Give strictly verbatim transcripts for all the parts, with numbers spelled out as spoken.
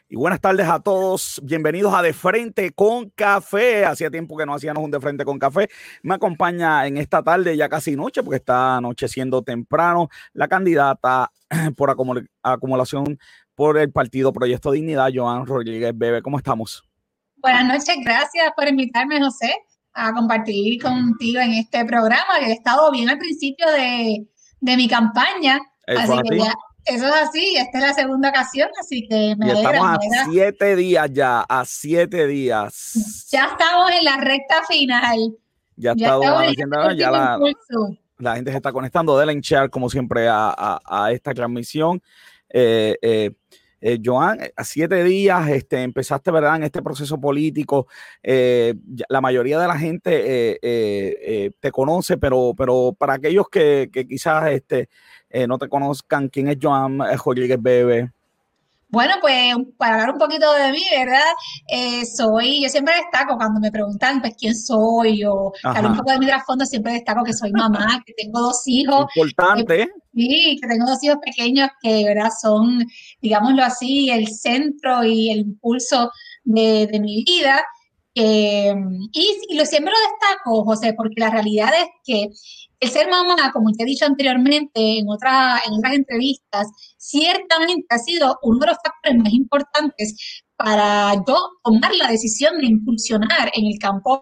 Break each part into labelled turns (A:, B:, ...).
A: Y buenas tardes a todos. Bienvenidos a De Frente con Café. Hacía tiempo que no hacíamos un De Frente con Café. Me acompaña en esta tarde, ya casi noche, porque está anocheciendo temprano, la candidata por acumul acumulación por el partido Proyecto Dignidad, Joan Rodríguez Bebe. ¿Cómo estamos?
B: Buenas noches, gracias por invitarme, José, a compartir contigo en este programa, que he estado bien al principio de, de mi campaña,
A: ¿Eso
B: así
A: es
B: que
A: así?
B: ya, eso es así, esta es la segunda ocasión, así que me
A: Y
B: alegra,
A: estamos
B: me
A: a
B: alegra.
A: siete días ya, a siete días.
B: Ya estamos en la recta final,
A: Ya
B: ya
A: estamos
B: estamos en
A: haciendo,
B: este
A: ya
B: último
A: la,
B: impulso.
A: la gente se está conectando. Denle en share, como siempre, a, a, a esta transmisión. Eh, eh, eh, Joan, a siete días este, empezaste, ¿verdad?, en este proceso político. Eh, la mayoría de la gente eh, eh, eh, te conoce, pero, pero para aquellos que, que quizás este, eh, no te conozcan, ¿quién es Joan Rodríguez Bebe?
B: Bueno, pues para hablar un poquito de mí, ¿verdad? Eh, soy, yo siempre destaco cuando me preguntan, pues, quién soy o que hablo un
A: Ajá.
B: poco de mi trasfondo, siempre destaco que soy mamá, que tengo dos hijos, eh,
A: Importante.
B: sí, que tengo dos hijos pequeños que, ¿verdad? Son, digámoslo así, el centro y el impulso de, de mi vida. Eh, y, y lo, siempre lo destaco, José, porque la realidad es que el ser mamá, como te he dicho anteriormente en, otra, en otras entrevistas, ciertamente ha sido uno de los factores más importantes para yo tomar la decisión de incursionar en el campo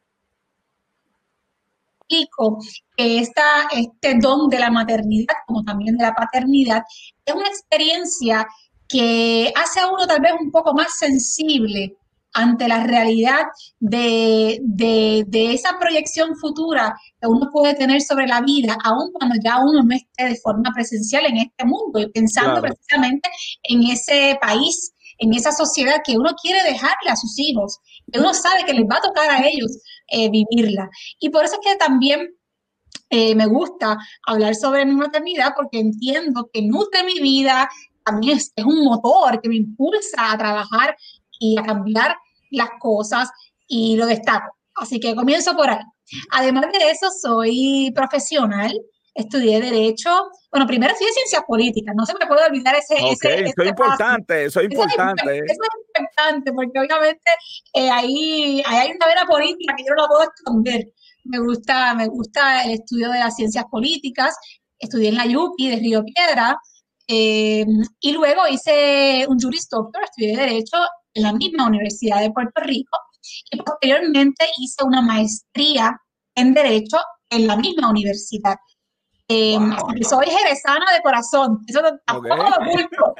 B: público, que esta, este don de la maternidad, como también de la paternidad, es una experiencia que hace a uno tal vez un poco más sensible ante la realidad de, de, de esa proyección futura que uno puede tener sobre la vida, aun cuando ya uno no esté de forma presencial en este mundo, y pensando
A: Claro.
B: precisamente en ese país, en esa sociedad que uno quiere dejarle a sus hijos, que uno sabe que les va a tocar a ellos eh, vivirla. Y por eso es que también eh, me gusta hablar sobre mi maternidad, porque entiendo que nutre mi vida, también es, es un motor que me impulsa a trabajar y a cambiar las cosas, y lo destaco. Así que comienzo por ahí. Además de eso, soy profesional, estudié Derecho. Bueno, primero estudié Ciencias Políticas, no se me puede olvidar ese,
A: Ok,
B: ese,
A: eso es
B: ese paso.
A: importante, eso es
B: Eso es,
A: importante.
B: eso es importante, porque obviamente eh, ahí, ahí hay una vena política que yo no la puedo esconder. Me gusta, me gusta el estudio de las ciencias políticas. Estudié en la Yupi de Río Piedra, eh, y luego hice un Juris Doctor, estudié Derecho en la misma Universidad de Puerto Rico, y posteriormente hice una maestría en Derecho en la misma universidad. Eh,
A: Wow.
B: así que soy jerezana de corazón, eso tampoco
A: Ok.
B: lo oculto.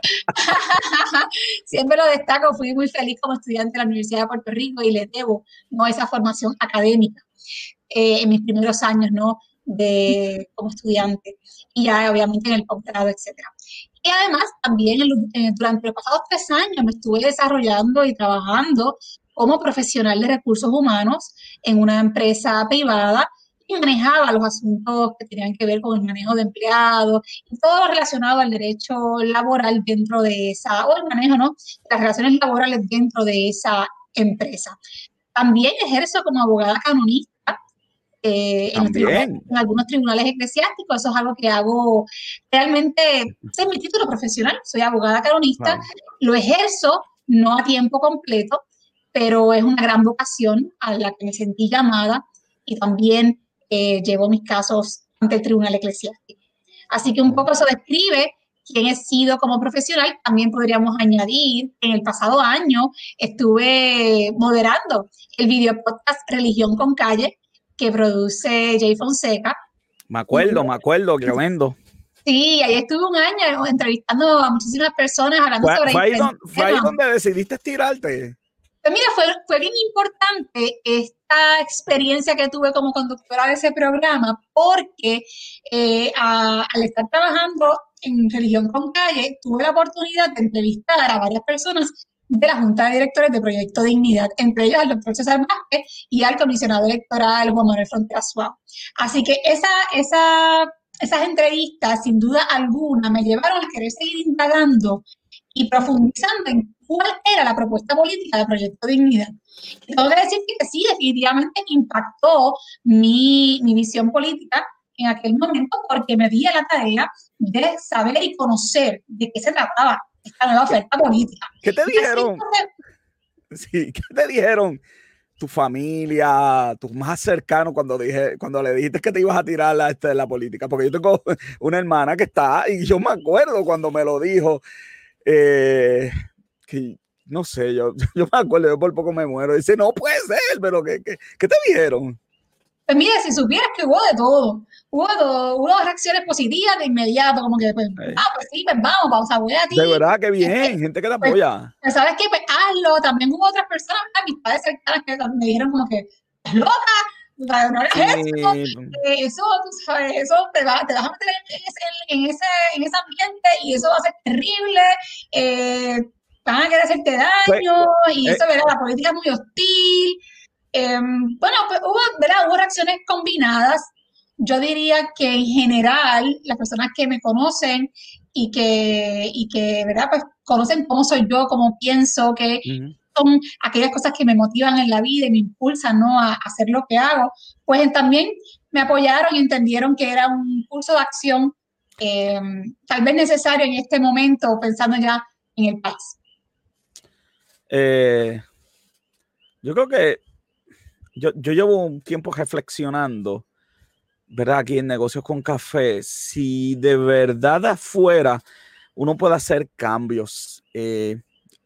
B: Siempre lo destaco, fui muy feliz como estudiante de la Universidad de Puerto Rico y les debo, ¿no?, esa formación académica eh, en mis primeros años, ¿no?, de, como estudiante, y ya obviamente en el posgrado, etcétera. Y además también eh, durante los pasados tres años me estuve desarrollando y trabajando como profesional de recursos humanos en una empresa privada, y manejaba los asuntos que tenían que ver con el manejo de empleados y todo lo relacionado al derecho laboral dentro de esa, o el manejo, ¿no?, las relaciones laborales dentro de esa empresa. También ejerzo como abogada canonista eh, en, los tribunales,
A: También.
B: en algunos tribunales eclesiásticos. Eso es algo que hago realmente, ese es mi título profesional, soy abogada canonista,
A: Wow.
B: lo ejerzo no a tiempo completo, pero es una gran vocación a la que me sentí llamada, y también eh, llevo mis casos ante el tribunal eclesiástico. Así que un poco eso describe quién he sido como profesional. También podríamos añadir que en el pasado año estuve moderando el video podcast Religión con Calle, que produce Jay Fonseca.
A: Me
B: Y
A: acuerdo, me acuerdo, tremendo.
B: sí, ahí estuve un año entrevistando a muchísimas personas, hablando
A: Fue,
B: sobre
A: fue, ahí
B: diferentes
A: don, fue ahí
B: temas.
A: donde decidiste estirarte.
B: Pues mira, fue, fue bien importante esta experiencia que tuve como conductora de ese programa, porque eh, a, al estar trabajando en Religión con Calle, tuve la oportunidad de entrevistar a varias personas de la Junta de Directores de Proyecto Dignidad, entre ellos al doctor César Vázquez y al comisionado electoral Juan Manuel Fronteras Suárez. Así que esa, esa, esas entrevistas, sin duda alguna, me llevaron a querer seguir indagando y profundizando en cuál era la propuesta política de Proyecto Dignidad. Y tengo que decir que sí, definitivamente impactó mi, mi visión política en aquel momento, porque me di a la tarea de saber y conocer de qué se trataba esta nueva oferta política.
A: ¿Qué te dijeron? Sí, ¿qué te dijeron tu familia, tus más cercanos cuando dije, cuando le dijiste que te ibas a tirar la, este, la política? Porque yo tengo una hermana que está, y yo me acuerdo cuando me lo dijo, eh, que no sé, yo, yo me acuerdo, yo por poco me muero. Dice, no puede ser, pero ¿qué, qué, qué te dijeron?
B: Pues mira, si supieras que hubo de todo, hubo de todo, hubo reacciones positivas de inmediato, como que, pues,
A: Eh,
B: ah, pues sí, pues vamos, vamos a apoyar a ti.
A: De verdad, qué bien,
B: Este,
A: gente que te
B: pues,
A: apoya.
B: pues, ¿sabes qué? Pues hazlo. También hubo otras personas, amistades cercanas, que me dijeron como que, es loca, no hagas
A: Sí,
B: eso, eh, eso, tú sabes, eso te, va, te vas a meter en ese, en, ese, en ese ambiente y eso va a ser terrible, eh, van a querer hacerte
A: pues,
B: daño, y
A: eh,
B: eso, ¿verdad? La política es muy hostil. Eh, bueno, pues hubo, ¿verdad? Hubo reacciones combinadas. Yo diría que en general las personas que me conocen y que, y que ¿verdad? Pues conocen cómo soy yo, cómo pienso, que
A: uh-huh.
B: son aquellas cosas que me motivan en la vida y me impulsan, ¿no?, a, a hacer lo que hago, pues también me apoyaron y entendieron que era un curso de acción eh, tal vez necesario en este momento, pensando ya en el país.
A: Eh, yo creo que yo, yo llevo un tiempo reflexionando, ¿verdad? Aquí en Negocios con Café, si de verdad de afuera uno puede hacer cambios. Eh,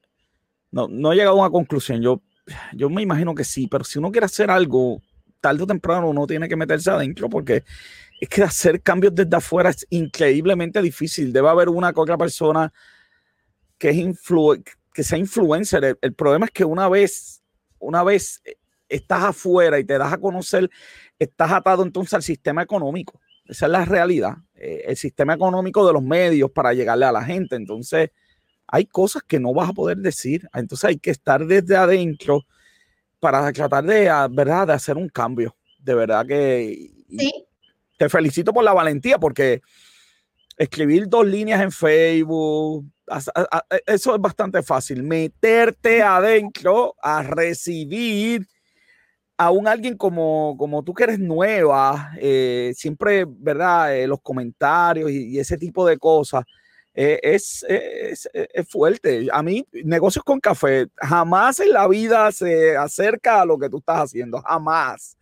A: no, no he llegado a una conclusión. Yo, yo me imagino que sí, pero si uno quiere hacer algo, tarde o temprano uno tiene que meterse adentro, porque es que hacer cambios desde afuera es increíblemente difícil. Debe haber una que otra persona que, es influ que sea influencer. El, el problema es que una vez, una vez estás afuera y te das a conocer, estás atado entonces al sistema económico. Esa es la realidad. Eh, el sistema económico de los medios para llegarle a la gente. Entonces, hay cosas que no vas a poder decir. Entonces, hay que estar desde adentro para tratar de, ¿verdad?, de hacer un cambio. De verdad que
B: Sí.
A: Te felicito por la valentía, porque escribir dos líneas en Facebook, eso es bastante fácil. Meterte adentro a recibir a un alguien como, como tú, que eres nueva, eh, siempre, ¿verdad? Eh, los comentarios y, y ese tipo de cosas, eh, es, es, es fuerte. A mí, Negocios con Café, jamás en la vida se acerca a lo que tú estás haciendo, jamás.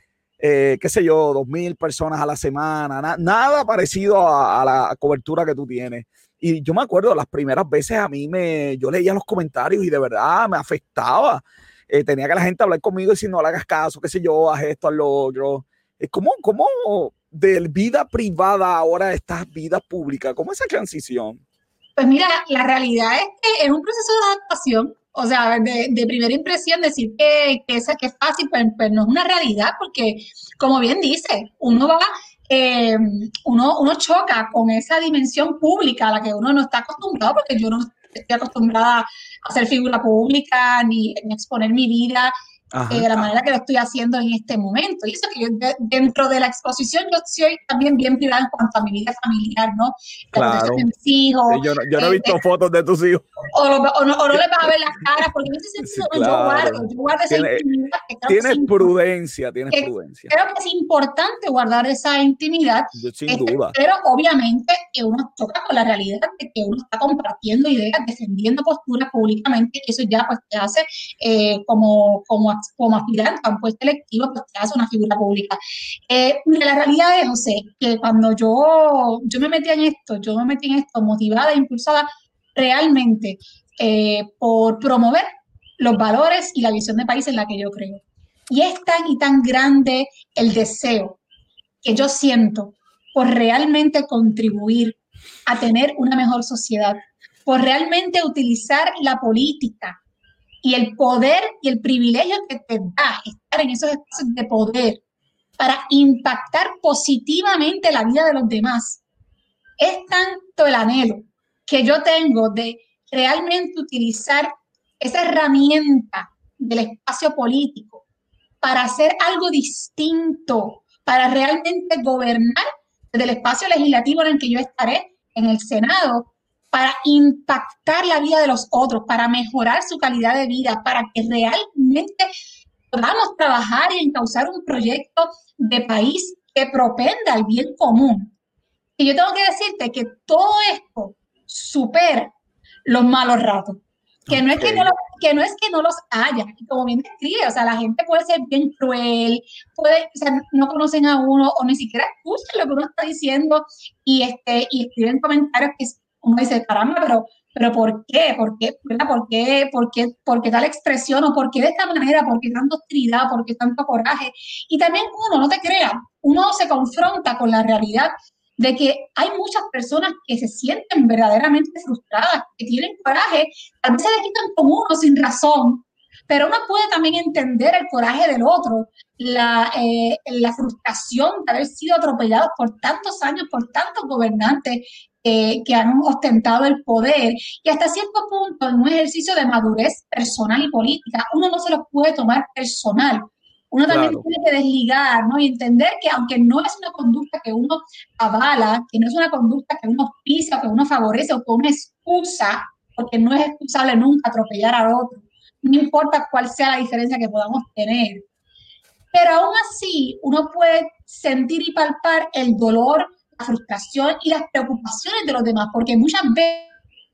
A: Eh, qué sé yo, dos mil personas a la semana, na, nada parecido a, a la cobertura que tú tienes. Y yo me acuerdo, las primeras veces a mí me, yo leía los comentarios y de verdad me afectaba. Eh, tenía que la gente hablar conmigo y decir, no le hagas caso, qué sé yo, haz esto, haz lo otro. Es como, como de vida privada ahora estas vidas públicas, ¿cómo esa transición?
B: Pues mira, la realidad es que es un proceso de adaptación. O sea, de, de primera impresión decir que, que, es, que es fácil, pues, pues no es una realidad, porque como bien dice, uno va, eh, uno, uno choca con esa dimensión pública a la que uno no está acostumbrado, porque yo no estoy acostumbrada a hacer figura pública ni, ni exponer mi vida eh, de la manera que lo estoy haciendo en este momento. Y eso que yo de, dentro de la exposición yo soy también bien privada en cuanto a mi vida familiar, ¿no?
A: Claro.
B: De mis hijos.
A: Yo no, yo no he
B: eh,
A: visto eh, fotos de tus hijos.
B: O, lo, o, no, o no le vas a ver las caras, porque en ese sentido
A: Sí, claro.
B: yo guardo, yo guardo esa
A: Tienes,
B: intimidad. Que creo
A: tienes
B: que es
A: prudencia, tienes
B: que
A: prudencia.
B: Creo que es importante guardar esa intimidad,
A: Sin
B: este,
A: duda.
B: Pero obviamente uno toca con la realidad de que uno está compartiendo ideas, defendiendo posturas públicamente, y eso ya pues te hace eh, como, como, como aspirante a un puesto electivo, pues te hace una figura pública. Eh, la realidad es, José, que cuando yo, yo me metí en esto, yo me metí en esto motivada e impulsada realmente eh, por promover los valores y la visión de país en la que yo creo. Y es tan y tan grande el deseo que yo siento por realmente contribuir a tener una mejor sociedad, por realmente utilizar la política y el poder y el privilegio que te da estar en esos espacios de poder para impactar positivamente la vida de los demás. Es tanto el anhelo que yo tengo de realmente utilizar esa herramienta del espacio político para hacer algo distinto, para realmente gobernar desde el espacio legislativo en el que yo estaré, en el Senado, para impactar la vida de los otros, para mejorar su calidad de vida, para que realmente podamos trabajar y encauzar un proyecto de país que propenda al bien común. Y yo tengo que decirte que todo esto supera los malos ratos. Que, okay. no es que, no lo, que no es que no los haya, como bien describe, o sea, la gente puede ser bien cruel, puede, o sea, no conocen a uno o ni siquiera escuchan lo que uno está diciendo y, este, y escriben comentarios que uno dice, caramba, pero, pero ¿por qué? ¿Por qué? ¿Verdad? ¿Por qué? ¿Por qué? ¿Por qué tal expresión? ¿O por qué de esta manera? ¿Por qué tanta hostilidad? ¿Por qué tanto coraje? Y también uno, no te creas, uno se confronta con la realidad de que hay muchas personas que se sienten verdaderamente frustradas, que tienen coraje, tal vez se le quitan con uno sin razón, pero uno puede también entender el coraje del otro, la, eh, la frustración de haber sido atropellados por tantos años, por tantos gobernantes eh, que han ostentado el poder, y hasta cierto punto, en un ejercicio de madurez personal y política, uno no se lo puede tomar personal. Uno también claro. tiene que desligar, ¿no? Y entender que aunque no es una conducta que uno avala, que no es una conducta que uno pisa, que uno favorece o que uno excusa, porque no es excusable nunca atropellar a otro, no importa cuál sea la diferencia que podamos tener. Pero aún así, uno puede sentir y palpar el dolor, la frustración y las preocupaciones de los demás, porque muchas veces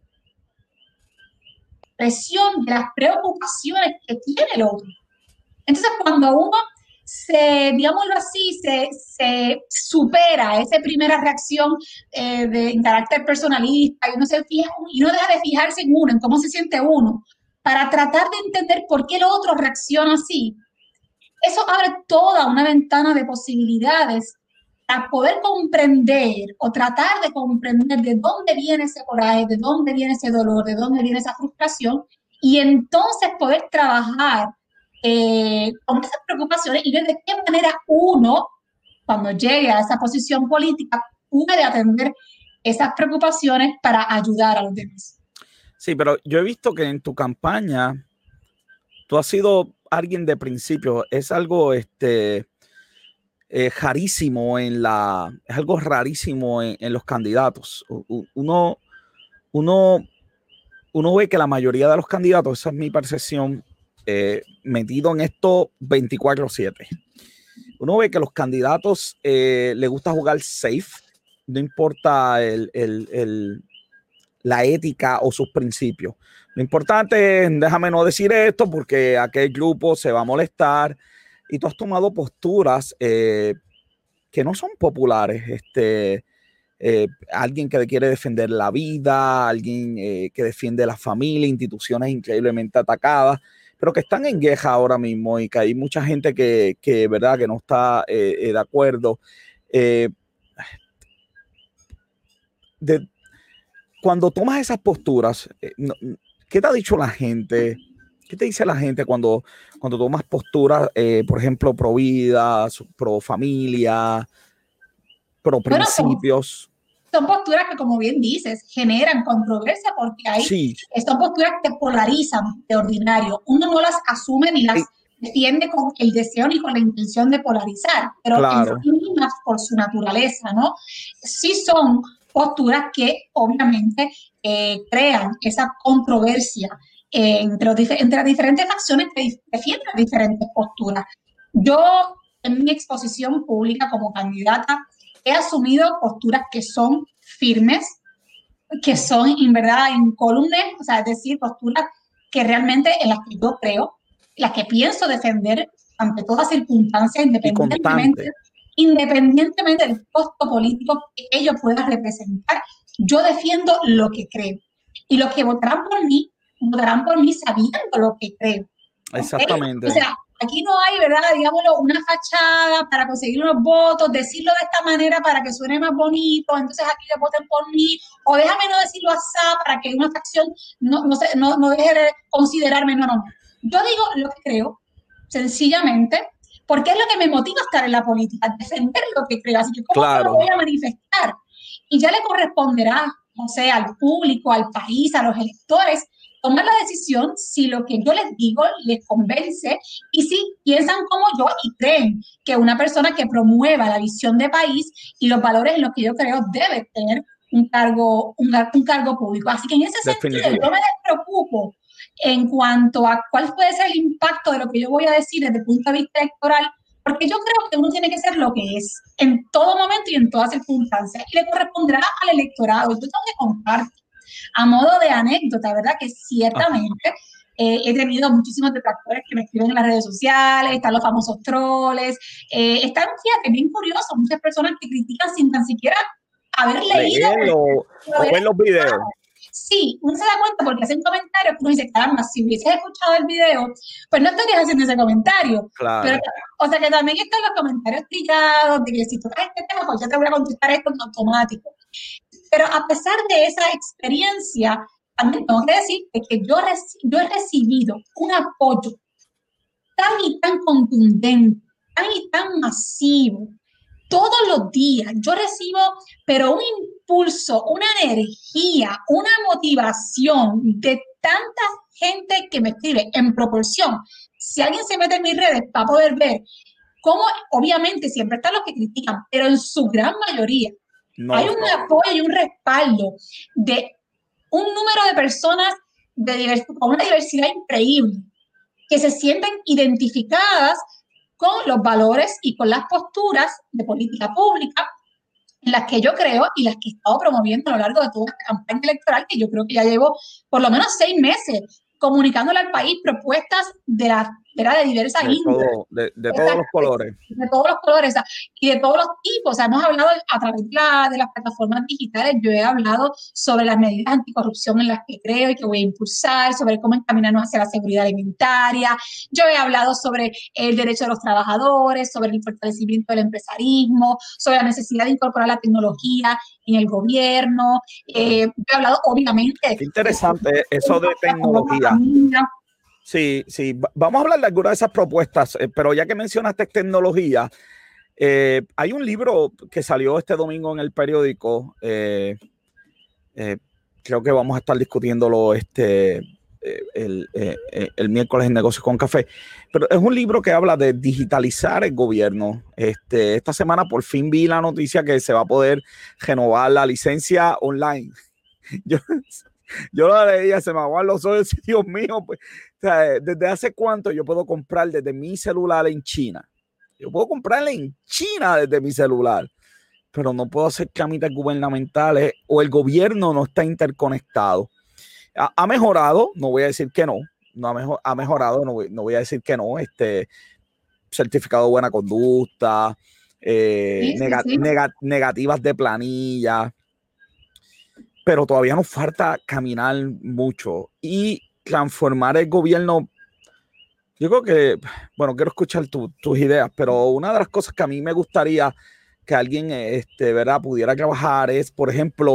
B: la presión de las preocupaciones que tiene el otro. Entonces, cuando uno se, digámoslo así, se, se supera esa primera reacción eh, de carácter personalista y uno, se fija, y uno deja de fijarse en uno, en cómo se siente uno, para tratar de entender por qué el otro reacciona así, eso abre toda una ventana de posibilidades para poder comprender o tratar de comprender de dónde viene ese coraje, de dónde viene ese dolor, de dónde viene esa frustración, y entonces poder trabajar Eh, con esas preocupaciones y ver de qué manera uno, cuando llegue a esa posición política, puede atender esas preocupaciones para ayudar a los demás.
A: Sí, pero yo he visto que en tu campaña tú has sido alguien de principio. Es algo este, eh, rarísimo en la, es algo rarísimo en, en los candidatos. Uno, uno, uno ve que la mayoría de los candidatos, esa es mi percepción, Eh, metido en esto veinticuatro siete. Uno ve que los candidatos eh, les gusta jugar safe, no importa el, el, el, la ética o sus principios. Lo importante es, déjame no decir esto porque aquel grupo se va a molestar, y tú has tomado posturas eh, que no son populares. Este, eh, alguien que quiere defender la vida, alguien eh, que defiende la familia, instituciones increíblemente atacadas, pero que están en queja ahora mismo y que hay mucha gente que, que verdad, que no está eh, de acuerdo. Eh, de, cuando tomas esas posturas, eh, no, ¿qué te ha dicho la gente? ¿Qué te dice la gente cuando, cuando tomas posturas, eh, por ejemplo, pro vida, pro familia, pro principios?
B: Bueno, son posturas que, como bien dices, generan controversia porque hay, sí. son posturas que polarizan de ordinario. Uno no las asume ni las defiende con el deseo ni con la intención de polarizar, pero claro. en sí mismas, por su naturaleza, ¿no? Sí son posturas que obviamente eh, crean esa controversia eh, entre, los, entre las diferentes facciones que defienden las diferentes posturas. Yo, en mi exposición pública como candidata, he asumido posturas que son firmes, que son en verdad incólumes, o sea, es decir, posturas que realmente en las que yo creo, las que pienso defender ante toda circunstancia, independientemente, independientemente del costo político que ello pueda representar. Yo defiendo lo que creo. Y los que votarán por mí, votarán por mí sabiendo lo que creo.
A: Exactamente.
B: ¿Okay? O sea, aquí no hay, ¿verdad? Digámoslo, una fachada para conseguir unos votos, decirlo de esta manera para que suene más bonito, entonces aquí le voten por mí, o déjame no decirlo así para que una facción no, no, no, no deje de considerarme, no, no, no. Yo digo lo que creo, sencillamente, porque es lo que me motiva a estar en la política, defender lo que creo, así que ¿cómo claro. lo voy a manifestar? Y ya le corresponderá, o sea, al público, al país, a los electores, tomar la decisión si lo que yo les digo les convence y si piensan como yo y creen que una persona que promueva la visión de país y los valores en los que yo creo debe tener un cargo, un, un cargo público. Así que en ese Definitivo. sentido yo me despreocupo en cuanto a cuál puede ser el impacto de lo que yo voy a decir desde el punto de vista electoral, porque yo creo que uno tiene que ser lo que es en todo momento y en todas circunstancias, y le corresponderá al electorado. Yo tengo que compartir. A modo de anécdota, ¿verdad? Que ciertamente eh, he tenido muchísimos detractores que me escriben en las redes sociales, están los famosos troles, eh, están, fíjate, bien curiosos, muchas personas que critican sin tan siquiera haber leído.
A: Leerlo o, o ver los videos.
B: Sí, uno se da cuenta porque hacen comentarios que uno dice, caramba, si hubieses escuchado el video, pues no estarías haciendo ese comentario.
A: Claro.
B: Pero, o sea, que también están los comentarios trillados de que si tocas este tema, pues yo te voy a contestar esto en automático. Pero a pesar de esa experiencia, también tengo que decir que yo, yo he recibido un apoyo tan y tan contundente, tan y tan masivo, todos los días. Yo recibo, pero un impulso, una energía, una motivación de tanta gente que me escribe en proporción. Si alguien se mete en mis redes para poder ver cómo, obviamente, siempre están los que critican, pero en su gran mayoría no, hay un no. apoyo y un respaldo de un número de personas de divers- con una diversidad increíble, que se sienten identificadas con los valores y con las posturas de política pública en las que yo creo y las que he estado promoviendo a lo largo de toda esta campaña electoral, que yo creo que ya llevo por lo menos seis meses comunicándole al país propuestas de, la, de, la de diversas
A: de
B: índoles.
A: Todo, de, de todos los colores.
B: De todos los colores y de todos los tipos. O sea, hemos hablado a través de, la, de las plataformas digitales, yo he hablado sobre las medidas anticorrupción en las que creo y que voy a impulsar, sobre cómo encaminarnos hacia la seguridad alimentaria. Yo he hablado sobre el derecho de los trabajadores, sobre el fortalecimiento del empresarismo, sobre la necesidad de incorporar la tecnología en el gobierno. Eh, yo he hablado, obviamente...
A: Qué interesante eso de tecnología. Sí, sí, vamos a hablar de algunas de esas propuestas, eh, pero ya que mencionaste tecnología, eh, hay un libro que salió este domingo en el periódico, eh, eh, creo que vamos a estar discutiéndolo este, eh, el, eh, el miércoles en Negocios con Café, pero es un libro que habla de digitalizar el gobierno. Este, esta semana por fin vi la noticia que se va a poder renovar la licencia online. Yo... Yo lo leía, se me aguaron los ojos, Dios mío, pues, o sea, ¿desde hace cuánto yo puedo comprar desde mi celular en China? Yo puedo comprarle en China desde mi celular, pero no puedo hacer trámites gubernamentales o el gobierno no está interconectado. Ha, ha mejorado, no voy a decir que no, no ha, mejor, ha mejorado, no voy, no voy a decir que no, este certificado de buena conducta, eh, sí, neg sí. Neg negativas de planilla, pero todavía nos falta caminar mucho y transformar el gobierno. Yo creo que, bueno, quiero escuchar tu, tus ideas, pero una de las cosas que a mí me gustaría que alguien, este, ¿verdad?, pudiera trabajar es, por ejemplo,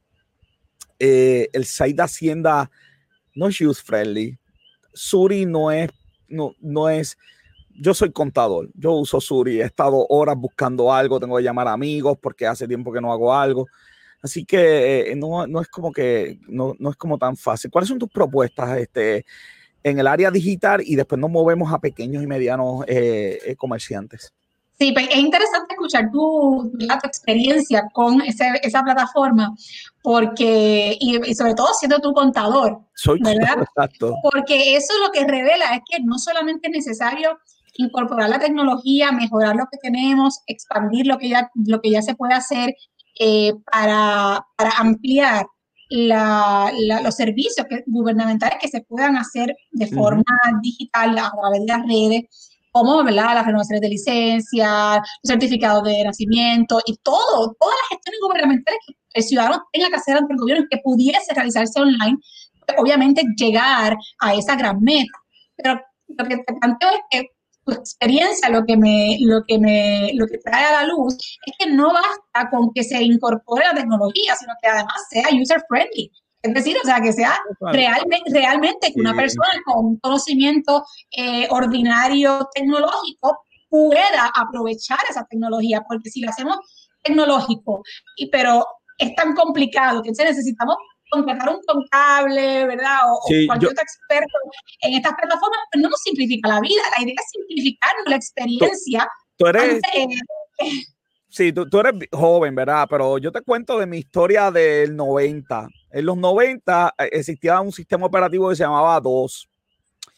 A: eh, el site de Hacienda no es user friendly. Suri no es, no, no es, yo soy contador, yo uso Suri, he estado horas buscando algo, tengo que llamar a amigos porque hace tiempo que no hago algo. Así que eh, no, no es como que no, no es como tan fácil. ¿Cuáles son tus propuestas este, en el área digital? Y después nos movemos a pequeños y medianos eh, eh, comerciantes.
B: Sí, pues es interesante escuchar tu, tu experiencia con ese, esa plataforma, porque, y, y sobre todo siendo tu contador,
A: Soy
B: ¿verdad?
A: Exacto.
B: Porque eso lo que revela es que no solamente es necesario incorporar la tecnología, mejorar lo que tenemos, expandir lo que ya, lo que ya se puede hacer, Eh, para, para ampliar la, la, los servicios que, gubernamentales que se puedan hacer de forma uh-huh. digital a través de las redes, como, ¿verdad?, las renovaciones de licencia, los certificados de nacimiento y todo, todas las gestiones gubernamentales que el ciudadano tenga que hacer ante el gobierno que pudiese realizarse online, obviamente llegar a esa gran meta. Pero lo que te planteo es que tu experiencia lo que me lo que me lo que trae a la luz es que no basta con que se incorpore la tecnología, sino que además sea user friendly, es decir, o sea, que sea realmente realmente que una persona con un conocimiento eh, ordinario tecnológico pueda aprovechar esa tecnología, porque si lo hacemos tecnológico y pero es tan complicado que necesitamos contratar un contable, ¿verdad? O, sí, o cualquier yo, otro experto en estas plataformas, pues no nos simplifica la vida. La idea es simplificarnos la experiencia.
A: Tú, tú eres, antes, eh, sí, tú, tú eres joven, ¿verdad? Pero yo te cuento de mi historia del noventa. En los noventa existía un sistema operativo que se llamaba DOS.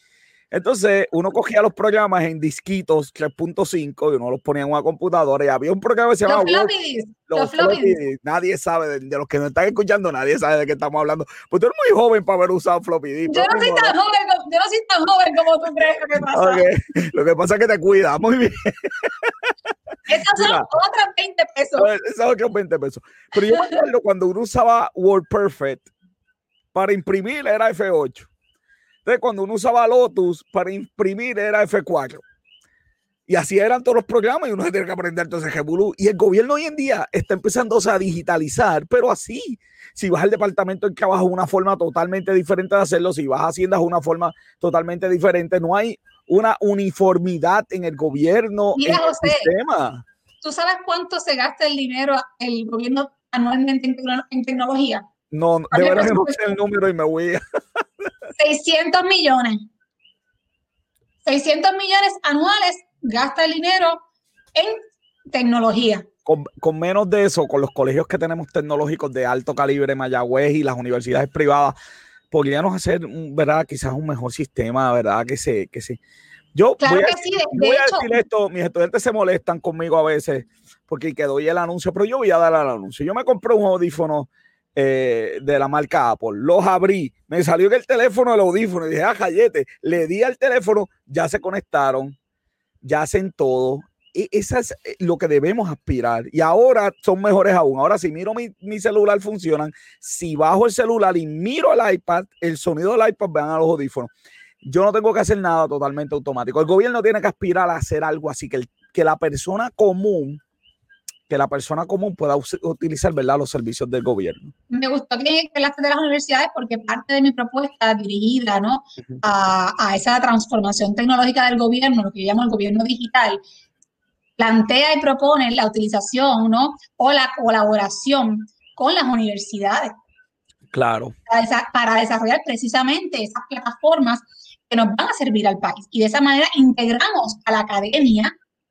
A: Entonces, uno cogía los programas en disquitos tres punto cinco y uno los ponía en una computadora y había un programa que se llamaba
B: Los floppy disks. Los, los floppy disks.
A: Nadie sabe, de, de los que nos están escuchando, nadie sabe de qué estamos hablando. Pues tú eres muy joven para haber usado floppy disk.
B: Yo no soy tan joven, yo no soy tan joven como tú crees que pasa.
A: Okay. Lo que pasa es que te cuida, muy bien.
B: Esas son Mira, otras veinte pesos.
A: Esas otras veinte pesos. Pero yo me acuerdo cuando uno usaba WordPerfect para imprimir era F ocho. Entonces, cuando uno usaba Lotus para imprimir era F cuatro. Y así eran todos los programas y uno se tiene que aprender todo ese revolú. Y el gobierno hoy en día está empezando a digitalizar, pero así. Si vas al departamento del trabajo es una forma totalmente diferente de hacerlo. Si vas a Hacienda es una forma totalmente diferente. No hay una uniformidad en el gobierno,
B: Mira,
A: en
B: José,
A: el sistema.
B: ¿Tú sabes cuánto se gasta el dinero el gobierno anualmente en, tecno en tecnología?
A: No, de verdad que no sé el número y me voy a...
B: seiscientos millones. seiscientos millones anuales gasta el dinero en tecnología.
A: Con, con menos de eso, con los colegios que tenemos tecnológicos de alto calibre, Mayagüez y las universidades privadas, podríamos hacer, ¿verdad? Quizás un mejor sistema, ¿verdad? Que se... Que se Yo
B: claro
A: voy, a,
B: que sí, de,
A: voy
B: de
A: a
B: hecho,
A: decir esto, mis estudiantes se molestan conmigo a veces porque que doy el anuncio, pero yo voy a dar el anuncio. Yo me compré un audífono eh, de la marca Apple, los abrí, me salió que el teléfono del audífono y dije, ah, jayete, le di al teléfono, ya se conectaron, ya hacen todo. Y eso es lo que debemos aspirar. Y ahora son mejores aún. Ahora si miro mi, mi celular funcionan. Si bajo el celular y miro el iPad, el sonido del iPad vean a los audífonos. Yo no tengo que hacer nada totalmente automático. El gobierno tiene que aspirar a hacer algo así, que, el, que la persona común, que la persona común pueda utilizar, ¿verdad?, los servicios del gobierno.
B: Me gustó que hablaste de las universidades porque parte de mi propuesta dirigida, ¿no?, uh-huh. a, a esa transformación tecnológica del gobierno, lo que yo llamo el gobierno digital, plantea y propone la utilización, ¿no?, o la colaboración con las universidades.
A: Claro.
B: Para, para desarrollar precisamente esas plataformas que nos van a servir al país. Y de esa manera integramos a la academia,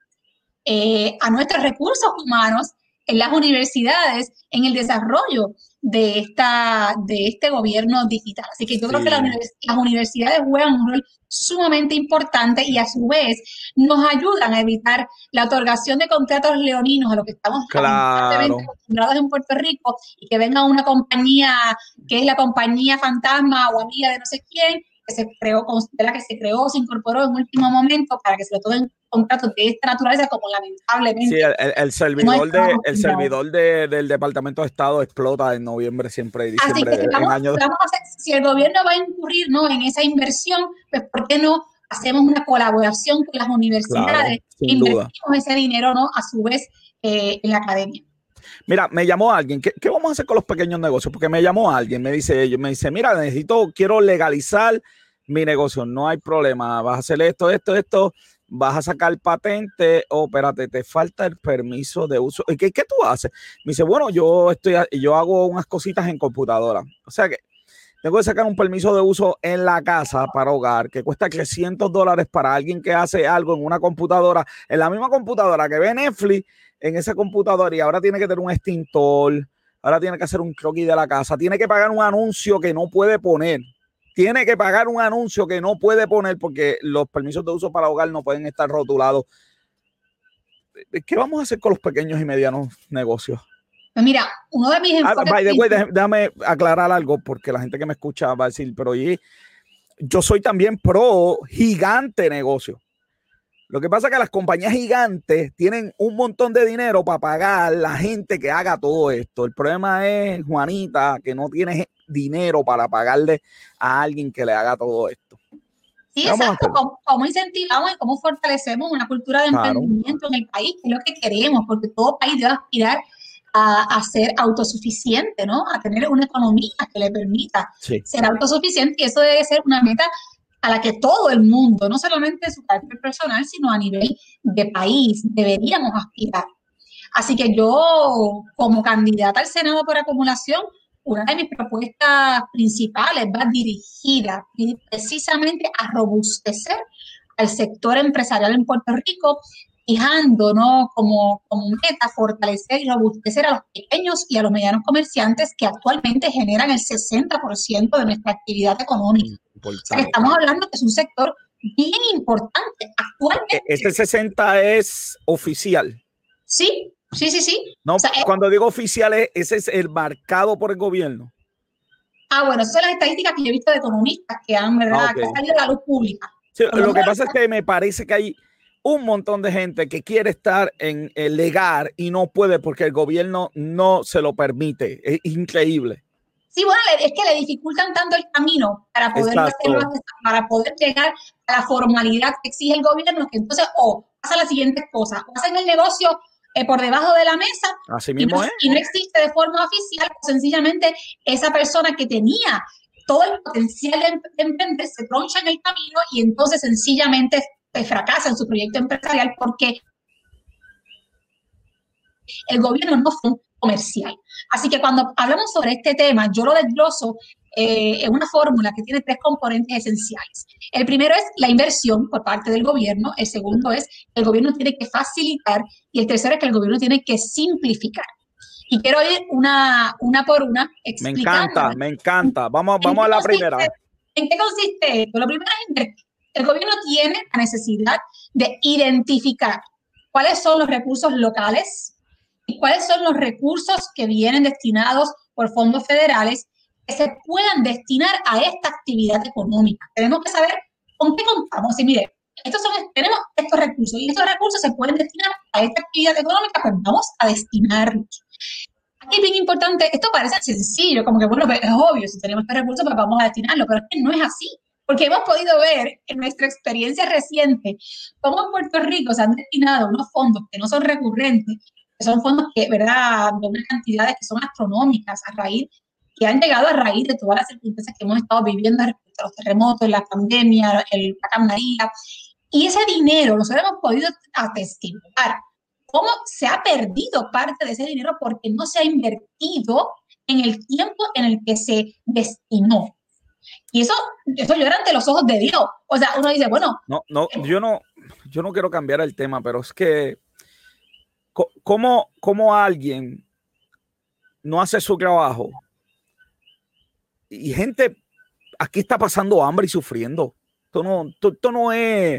B: eh, a nuestros recursos humanos en las universidades, en el desarrollo de, esta, de este gobierno digital. Así que yo sí. creo que la univers las universidades juegan un rol sumamente importante y a su vez nos ayudan a evitar la otorgación de contratos leoninos a lo que estamos
A: claro.
B: acostumbrados en Puerto Rico y que venga una compañía que es la compañía fantasma o amiga de no sé quién, que se creó, de la que se creó, se incorporó en último momento para que se le otorguen contratos de esta naturaleza, como lamentablemente.
A: Sí, el, el servidor, de, el servidor de, del Departamento de Estado explota en noviembre, siempre, diciembre.
B: Así que vamos, en años... vamos a hacer, si el gobierno va a incurrir, ¿no?, en esa inversión, pues ¿por qué no hacemos una colaboración con las universidades?
A: Claro, sin
B: invertimos
A: duda.
B: ese dinero, ¿no?, a su vez eh, en la academia.
A: Mira, me llamó alguien, ¿qué, ¿qué vamos a hacer con los pequeños negocios? Porque me llamó alguien, me dice, me dice, mira, necesito, quiero legalizar mi negocio, no hay problema, vas a hacer esto, esto, esto, vas a sacar patente, o oh, espérate, te falta el permiso de uso. ¿Qué, qué tú haces? Me dice, bueno, yo estoy, yo hago unas cositas en computadora, o sea que tengo que sacar un permiso de uso en la casa para hogar que cuesta trescientos dólares para alguien que hace algo en una computadora, en la misma computadora que ve Netflix, en esa computadora, y ahora tiene que tener un extintor, ahora tiene que hacer un croquis de la casa, tiene que pagar un anuncio que no puede poner. Tiene que pagar un anuncio que no puede poner porque los permisos de uso para hogar no pueden estar rotulados. ¿Qué vamos a hacer con los pequeños y medianos negocios?
B: Pues mira, uno de mis enfoques...
A: Ah, by the way, déjame, déjame aclarar algo porque la gente que me escucha va a decir, pero oye, yo soy también pro gigante negocio. Lo que pasa es que las compañías gigantes tienen un montón de dinero para pagar la gente que haga todo esto. El problema es, Juanita, que no tiene dinero para pagarle a alguien que le haga todo esto.
B: Sí, exacto. ¿Cómo, ¿Cómo incentivamos y cómo fortalecemos una cultura de claro. emprendimiento en el país? Que es lo que queremos, porque todo país debe aspirar a, a ser autosuficiente, ¿no? A tener una economía que le permita sí. ser autosuficiente, y eso debe ser una meta a la que todo el mundo, no solamente en su carácter personal, sino a nivel de país, deberíamos aspirar. Así que yo, como candidata al Senado por acumulación, una de mis propuestas principales va dirigida precisamente a robustecer al sector empresarial en Puerto Rico, fijando, ¿no?, como, como meta fortalecer y robustecer a los pequeños y a los medianos comerciantes que actualmente generan el sesenta por ciento de nuestra actividad económica. O sea, que estamos hablando que es un sector bien importante actualmente.
A: Ese sesenta es oficial.
B: Sí, sí, sí, sí.
A: No,
B: o sea,
A: cuando es, digo oficial, ese es el marcado por el gobierno.
B: Ah, bueno, esas son las estadísticas que yo he visto de economistas que han, ¿verdad? Ah, okay. que han salido a la luz pública.
A: Sí, lo que pasa es que me parece que hay un montón de gente que quiere estar en el legal y no puede porque el gobierno no se lo permite. Es increíble.
B: Sí, bueno, es que le dificultan tanto el camino para poder hacerlo, para poder llegar a la formalidad que exige el gobierno, que entonces o oh, pasa las siguientes cosas, o hacen el negocio eh, por debajo de la mesa.
A: Así mismo
B: y, no,
A: es.
B: y no existe de forma oficial, pues sencillamente esa persona que tenía todo el potencial de emprender se troncha en el camino y entonces sencillamente fracasa en su proyecto empresarial porque el gobierno no fue comercial. Así que cuando hablamos sobre este tema, yo lo desgloso eh, en una fórmula que tiene tres componentes esenciales. El primero es la inversión por parte del gobierno, el segundo es que el gobierno tiene que facilitar y el tercero es que el gobierno tiene que simplificar. Y quiero ir una, una por una explicando.
A: Me encanta, me encanta. Vamos, vamos a la
B: consiste,
A: primera.
B: ¿En qué consiste esto? Lo primero es invertir. El gobierno tiene la necesidad de identificar cuáles son los recursos locales y cuáles son los recursos que vienen destinados por fondos federales que se puedan destinar a esta actividad económica. Tenemos que saber con qué contamos. Y mire, estos son, tenemos estos recursos y estos recursos se pueden destinar a esta actividad económica, pues vamos a destinarlos. Aquí es bien importante, esto parece sencillo, como que bueno, pues es obvio, si tenemos estos recursos, pues vamos a destinarlo, pero es que no es así. Porque hemos podido ver en nuestra experiencia reciente cómo en Puerto Rico se han destinado unos fondos que no son recurrentes, que son fondos que, ¿verdad?, de unas cantidades que son astronómicas a raíz, que han llegado a raíz de todas las circunstancias que hemos estado viviendo respecto a los terremotos, la pandemia, el huracán María. Y ese dinero nosotros hemos podido atestiguar cómo se ha perdido parte de ese dinero porque no se ha invertido en el tiempo en el que se destinó. Y eso, eso llora ante los ojos de Dios. O sea, uno dice, bueno.
A: No, no, yo no, yo no quiero cambiar el tema, pero es que, ¿cómo, cómo alguien no hace su trabajo? Y gente, aquí está pasando hambre y sufriendo. Esto no, esto, esto no es.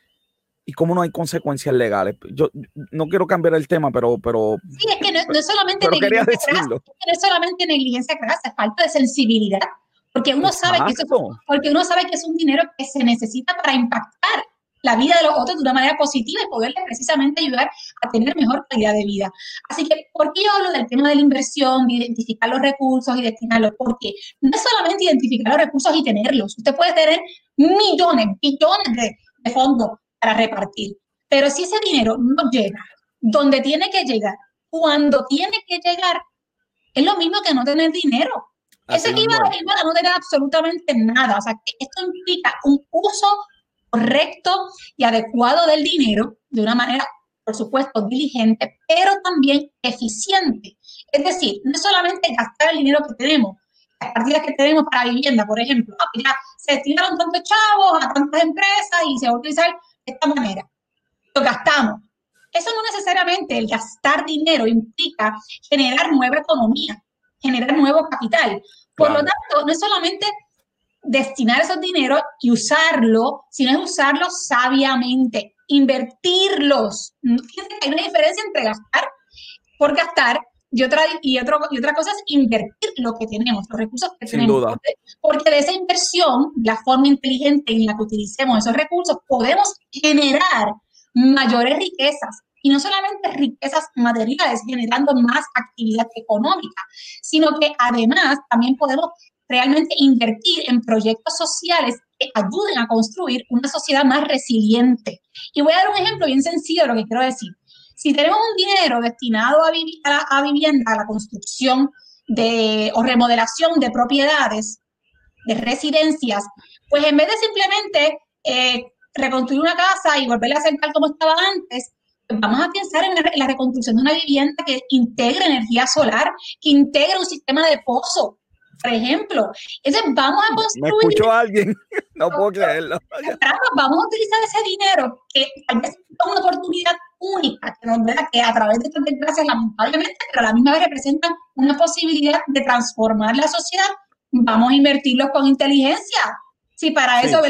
A: ¿Y cómo no hay consecuencias legales? Yo no quiero cambiar el tema, pero. pero
B: sí, es que no, no es solamente
A: pero quería
B: negligencia
A: decirlo.
B: crasa, no es solamente negligencia crasa, es falta de sensibilidad. Porque uno, sabe que eso, porque uno sabe que es un dinero que se necesita para impactar la vida de los otros de una manera positiva y poderles precisamente ayudar a tener mejor calidad de vida. Así que, ¿por qué yo hablo del tema de la inversión, de identificar los recursos y destinarlos? Porque no es solamente identificar los recursos y tenerlos. Usted puede tener millones, billones de, de fondos para repartir. Pero si ese dinero no llega donde tiene que llegar, cuando tiene que llegar, es lo mismo que no tener dinero. Eso equivale a no tener absolutamente nada. O sea, que esto implica un uso correcto y adecuado del dinero de una manera, por supuesto, diligente, pero también eficiente. Es decir, no es solamente gastar el dinero que tenemos, las partidas que tenemos para vivienda, por ejemplo. Ah, pues ya se destinaron tantos chavos a tantas empresas y se va a utilizar de esta manera. Lo gastamos. Eso no necesariamente, el gastar dinero implica generar nueva economía, generar nuevo capital. Por claro. lo tanto, no es solamente destinar esos dineros y usarlo, sino es usarlos sabiamente, invertirlos. Fíjense que hay una diferencia entre gastar por gastar y otra, y, otro, y otra cosa es invertir lo que tenemos, los recursos que
A: Sin
B: tenemos.
A: Duda.
B: Porque, porque de esa inversión, la forma inteligente en la que utilicemos esos recursos, podemos generar mayores riquezas. Y no solamente riquezas materiales, generando más actividad económica, sino que además también podemos realmente invertir en proyectos sociales que ayuden a construir una sociedad más resiliente. Y voy a dar un ejemplo bien sencillo de lo que quiero decir. Si tenemos un dinero destinado a, vivi a, a vivienda, a la construcción de, o remodelación de propiedades, de residencias, pues en vez de simplemente eh, reconstruir una casa y volverla a hacer tal como estaba antes, vamos a pensar en la, en la reconstrucción de una vivienda que integre energía solar, que integre un sistema de pozo, por ejemplo. Entonces vamos a construir...
A: Me escuchó alguien, no puedo creerlo.
B: Vamos a utilizar ese dinero que tal vez es una oportunidad única, que, nos, que a través de estas desgracias, lamentablemente, pero a la misma vez representan una posibilidad de transformar la sociedad. Vamos a invertirlos con inteligencia. Si para sí. eso, ¿verdad?,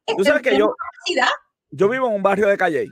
A: Tú sabes que yo, yo vivo en un barrio de Calley.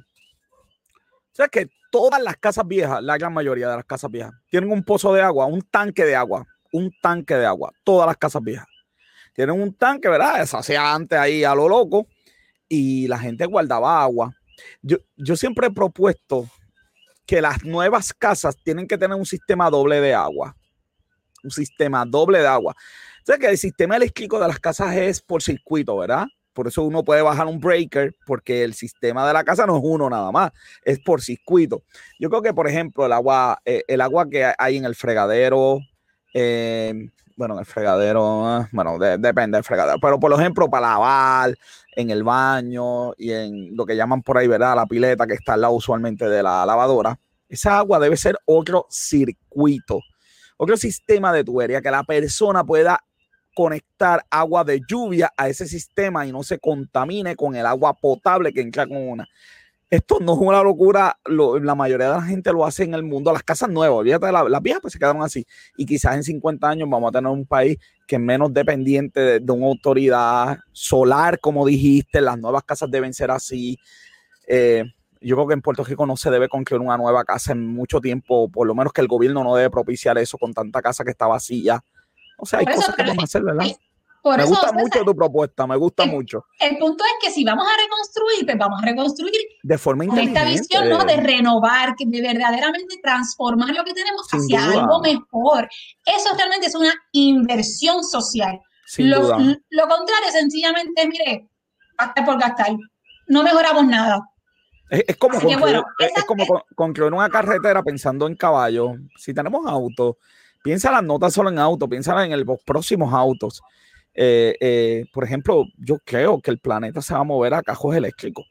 A: O sea que todas las casas viejas, la gran mayoría de las casas viejas, tienen un pozo de agua, un tanque de agua, un tanque de agua. Todas las casas viejas tienen un tanque, ¿verdad? Se hacía antes ahí a lo loco y la gente guardaba agua. Yo, yo siempre he propuesto que las nuevas casas tienen que tener un sistema doble de agua. Un sistema doble de agua. O sea que el sistema eléctrico de las casas es por circuito, ¿verdad? Por eso uno puede bajar un breaker, porque el sistema de la casa no es uno nada más, es por circuito. Yo creo que, por ejemplo, el agua, eh, el agua que hay en el fregadero, eh, bueno, en el fregadero, eh, bueno, de, depende del fregadero, pero por ejemplo, para lavar, en el baño y en lo que llaman por ahí, ¿verdad? La pileta que está al lado usualmente de la lavadora, esa agua debe ser otro circuito, otro sistema de tubería que la persona pueda conectar agua de lluvia a ese sistema y no se contamine con el agua potable que entra con una. Esto no es una locura, lo, la mayoría de la gente lo hace en el mundo, las casas nuevas, olvídate de la, las viejas pues se quedaron así, y quizás en cincuenta años vamos a tener un país que es menos dependiente de, de una autoridad solar, como dijiste, las nuevas casas deben ser así. Eh, yo creo que en Puerto Rico no se debe construir una nueva casa en mucho tiempo, por lo menos que el gobierno no debe propiciar eso con tanta casa que está vacía. O sea, hay por cosas eso, que vamos a hacer, ¿verdad?
B: Por
A: me
B: eso,
A: gusta mucho
B: César,
A: tu propuesta, me gusta
B: el,
A: mucho.
B: El punto es que si vamos a reconstruir, pues vamos a reconstruir
A: de forma
B: con
A: inteligente.
B: esta visión, ¿no? De renovar, que de verdaderamente transformar lo que tenemos
A: Sin
B: hacia
A: duda.
B: algo mejor. Eso realmente es una inversión social.
A: Sin
B: lo,
A: duda.
B: lo contrario, sencillamente, mire, gastar por gastar. No mejoramos nada.
A: Es, es como, construir,
B: bueno,
A: es, es como con, construir una carretera pensando en caballos. Si tenemos autos, piensa las notas solo en autos, piensa en el, los próximos autos. Eh, eh, por ejemplo, yo creo que el planeta se va a mover a cajos eléctricos.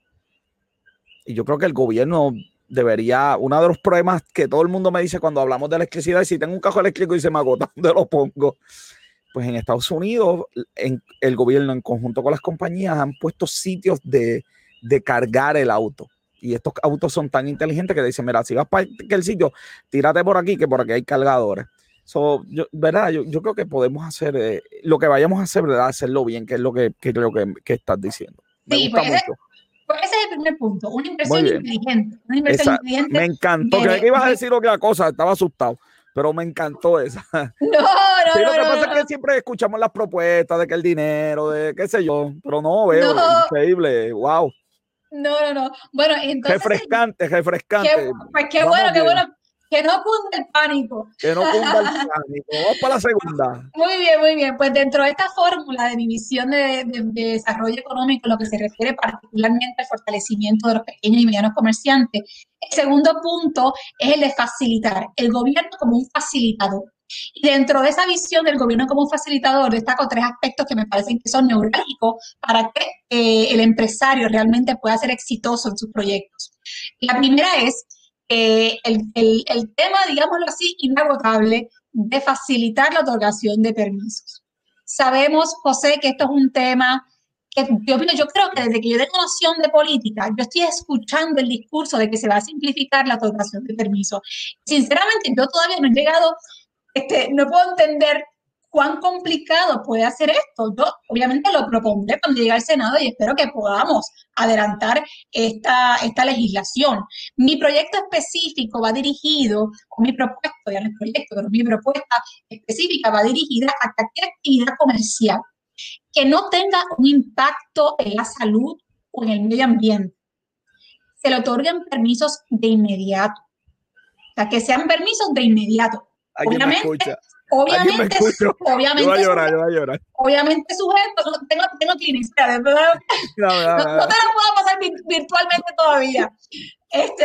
A: Y yo creo que el gobierno debería, uno de los problemas que todo el mundo me dice cuando hablamos de electricidad es si tengo un cajo eléctrico y se me agota, ¿dónde lo pongo? Pues en Estados Unidos, en, el gobierno en conjunto con las compañías han puesto sitios de, de cargar el auto. Y estos autos son tan inteligentes que dicen, mira, si vas para el sitio, tírate por aquí, que por aquí hay cargadores. So, yo, ¿verdad? Yo, yo creo que podemos hacer eh, lo que vayamos a hacer, ¿verdad? Hacerlo bien, que es lo que, que creo que, que estás diciendo. Me
B: sí,
A: gusta
B: pues
A: mucho.
B: Ese, pues ese es el primer punto, una inversión inteligente. Una inversión
A: esa,
B: inteligente.
A: Me encantó. Creí que ibas a decir otra cosa, estaba asustado, pero me encantó esa.
B: No, no,
A: sí,
B: no.
A: Lo que
B: no,
A: pasa
B: no.
A: es que siempre escuchamos las propuestas de que el dinero, de qué sé yo, pero no veo, no. Increíble, wow.
B: No, no, no. Bueno, entonces.
A: Refrescante, refrescante.
B: Qué, pues qué Vamos bueno, bien. qué bueno. Que no cunda el pánico.
A: Que no cunda el pánico. Vamos para la segunda.
B: Muy bien, muy bien. Pues dentro de esta fórmula de mi visión de, de, de desarrollo económico, lo que se refiere particularmente al fortalecimiento de los pequeños y medianos comerciantes, el segundo punto es el de facilitar, el gobierno como un facilitador. Y dentro de esa visión del gobierno como un facilitador, destaco tres aspectos que me parecen que son neurálgicos para que eh, el empresario realmente pueda ser exitoso en sus proyectos. La primera es eh, el, el, el tema, digámoslo así, inagotable de facilitar la otorgación de permisos. Sabemos, José, que esto es un tema que yo, yo creo que desde que yo tengo noción de política, yo estoy escuchando el discurso de que se va a simplificar la otorgación de permisos. Sinceramente, yo todavía no he llegado... Este, no puedo entender cuán complicado puede hacer esto. Yo obviamente lo propondré cuando llegue al Senado y espero que podamos adelantar esta, esta legislación. Mi proyecto específico va dirigido, o mi propuesta, ya no es proyecto, pero mi propuesta específica va dirigida a cualquier actividad comercial que no tenga un impacto en la salud o en el medio ambiente. Se le otorguen permisos de inmediato. O sea, que sean permisos de inmediato.
A: ¿Alguien
B: obviamente,
A: me escucha?
B: obviamente,
A: ¿Alguien me escucha?
B: obviamente,
A: yo voy a llorar, yo voy a llorar.
B: Obviamente sujeto, no, tengo, tengo clínica, de verdad. No, no, no, no. no te lo puedo pasar virtualmente todavía. Este.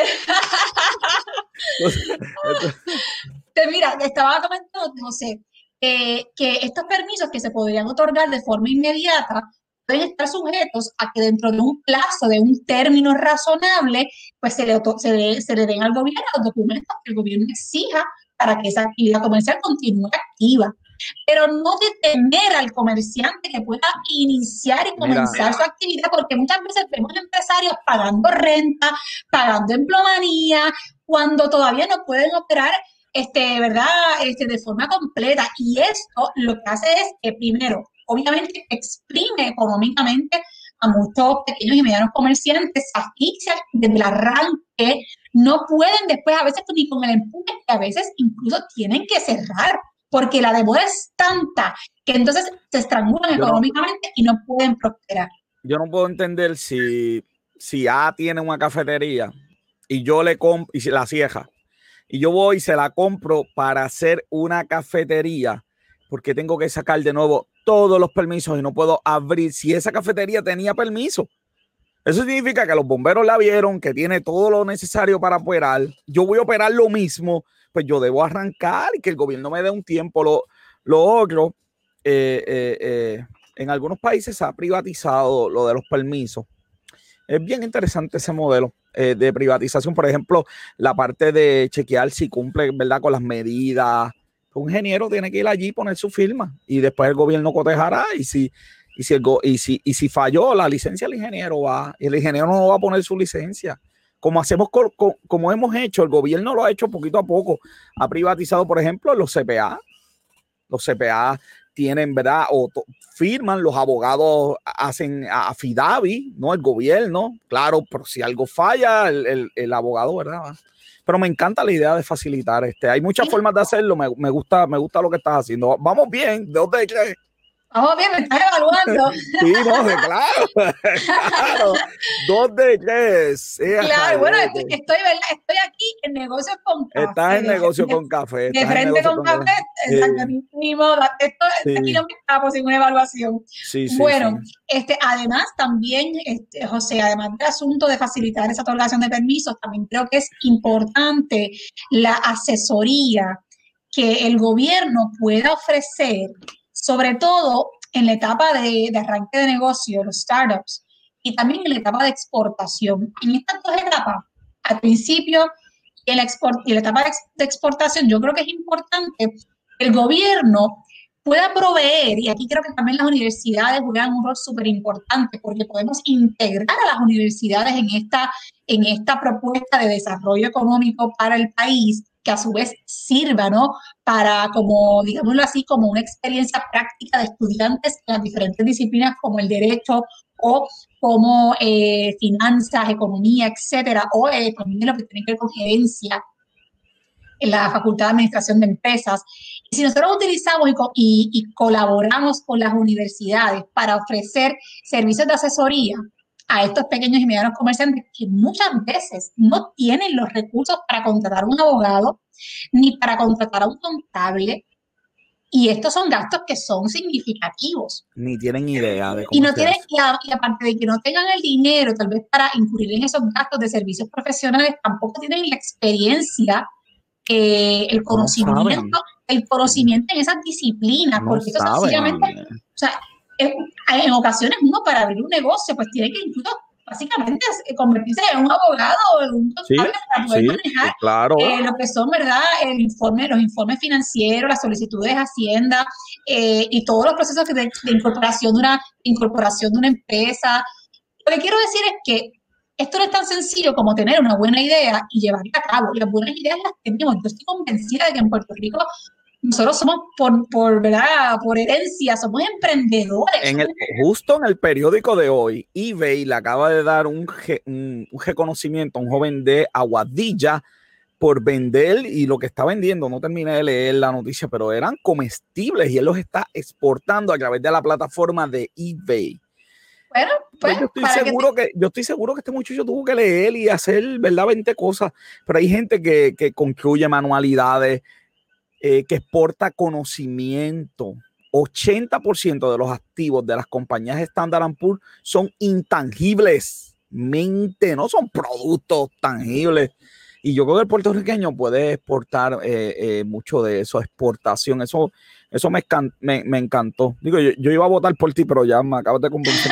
B: Te, mira, estaba comentando, no sé, eh, que estos permisos que se podrían otorgar de forma inmediata pueden estar sujetos a que dentro de un plazo, de un término razonable, pues se le, se le, se le den al gobierno los documentos que el gobierno exija para que esa actividad comercial continúe activa. Pero no detener al comerciante que pueda iniciar y comenzar Mira. su actividad, porque muchas veces vemos empresarios pagando renta, pagando empleomanía, cuando todavía no pueden operar este, ¿verdad? Este, de forma completa. Y esto lo que hace es que, primero, obviamente exprime económicamente a muchos pequeños y medianos comerciantes, asfixian desde el arranque, no pueden después a veces ni con el empuje, que a veces incluso tienen que cerrar, porque la demora es tanta que entonces se estrangulan yo económicamente no, y no pueden prosperar.
A: Yo no puedo entender si, si A tiene una cafetería y yo le compro, y si la cierra, y yo voy y se la compro para hacer una cafetería, porque tengo que sacar de nuevo todos los permisos y no puedo abrir si esa cafetería tenía permiso. Eso significa que los bomberos la vieron, que tiene todo lo necesario para operar. Yo voy a operar lo mismo, pues yo debo arrancar y que el gobierno me dé un tiempo. Lo, lo otro, eh, eh, eh, en algunos países se ha privatizado lo de los permisos. Es bien interesante ese modelo eh, de privatización. Por ejemplo, la parte de chequear si cumple, ¿verdad?, con las medidas. Un ingeniero tiene que ir allí y poner su firma y después el gobierno cotejará y si, y si, el go, y si, y si falló la licencia, el ingeniero va y el ingeniero no va a poner su licencia. Como hacemos, con, con, como hemos hecho, el gobierno lo ha hecho poquito a poco. Ha privatizado, por ejemplo, los C P A. Los C P A tienen, ¿verdad? O to, firman, los abogados hacen affidavit, ¿no? El gobierno, claro, pero si algo falla, el, el, el abogado, ¿verdad? Pero me encanta la idea de facilitar. Este, hay muchas formas de hacerlo. Me, me gusta, me gusta lo que estás haciendo. Vamos bien. ¿De dónde crees?
B: Vamos bien, me estás evaluando.
A: Sí, no, de claro. Claro. ¿Dónde crees? Sí,
B: claro, bueno, estoy, estoy, ¿verdad? Estoy aquí en negocios con café.
A: Estás en negocio
B: de,
A: con café.
B: De frente con, con café. Exactamente. Sí. Esto, sí. Aquí no me estamos sin una evaluación.
A: Sí, sí,
B: bueno,
A: sí.
B: Este, además también, este, José, además del asunto de facilitar esa otorgación de permisos, también creo que es importante la asesoría que el gobierno pueda ofrecer, sobre todo en la etapa de, de arranque de negocio, los startups, y también en la etapa de exportación. En estas dos etapas, al principio y en la, export, y en la etapa de, de exportación, yo creo que es importante que el gobierno pueda proveer, y aquí creo que también las universidades juegan un rol súper importante, porque podemos integrar a las universidades en esta, en esta propuesta de desarrollo económico para el país, que a su vez sirva, ¿no?, para, como, digámoslo así, como una experiencia práctica de estudiantes en las diferentes disciplinas como el derecho o como eh, finanzas, economía, etcétera, o eh, también lo que tiene que ver con gerencia en la Facultad de Administración de Empresas. Y si nosotros utilizamos y, y, y colaboramos con las universidades para ofrecer servicios de asesoría a estos pequeños y medianos comerciantes que muchas veces no tienen los recursos para contratar a un abogado ni para contratar a un contable, y estos son gastos que son significativos.
A: Ni tienen idea de cómo
B: y no tienen, y, a, y aparte de que no tengan el dinero tal vez para incurrir en esos gastos de servicios profesionales, tampoco tienen la experiencia, eh, el conocimiento, no el conocimiento en esas disciplinas,
A: no
B: porque eso
A: saben.
B: sencillamente, o sea, en, en ocasiones uno para abrir un negocio pues tiene que incluso básicamente convertirse en un abogado o en un contable
A: sí,
B: para poder
A: sí,
B: manejar
A: sí, claro.
B: eh, lo que son, ¿verdad?, el informe, los informes financieros, las solicitudes de Hacienda eh, y todos los procesos de, de incorporación de una incorporación de una empresa. Lo que quiero decir es que esto no es tan sencillo como tener una buena idea y llevarla a cabo. Las buenas ideas las tenemos. Yo estoy convencida de que en Puerto Rico nosotros somos, por, por, ¿verdad?, por herencia, somos emprendedores.
A: En el, justo en el periódico de hoy, eBay le acaba de dar un, un, un reconocimiento a un joven de Aguadilla por vender, y lo que está vendiendo, no terminé de leer la noticia, pero eran comestibles y él los está exportando a través de la plataforma de eBay.
B: Bueno, pues,
A: yo, estoy seguro que, te... que, yo estoy seguro que este muchacho tuvo que leer y hacer, ¿verdad?, veinte cosas, pero hay gente que, que concluye manualidades, eh, que exporta conocimiento. ochenta por ciento de los activos de las compañías Standard and Poor's son intangibles, mente, no son productos tangibles. Y yo creo que el puertorriqueño puede exportar eh, eh, mucho de eso, exportación. Eso, eso me, me, me encantó. Digo, yo, yo iba a votar por ti, pero ya me acabas de convencer.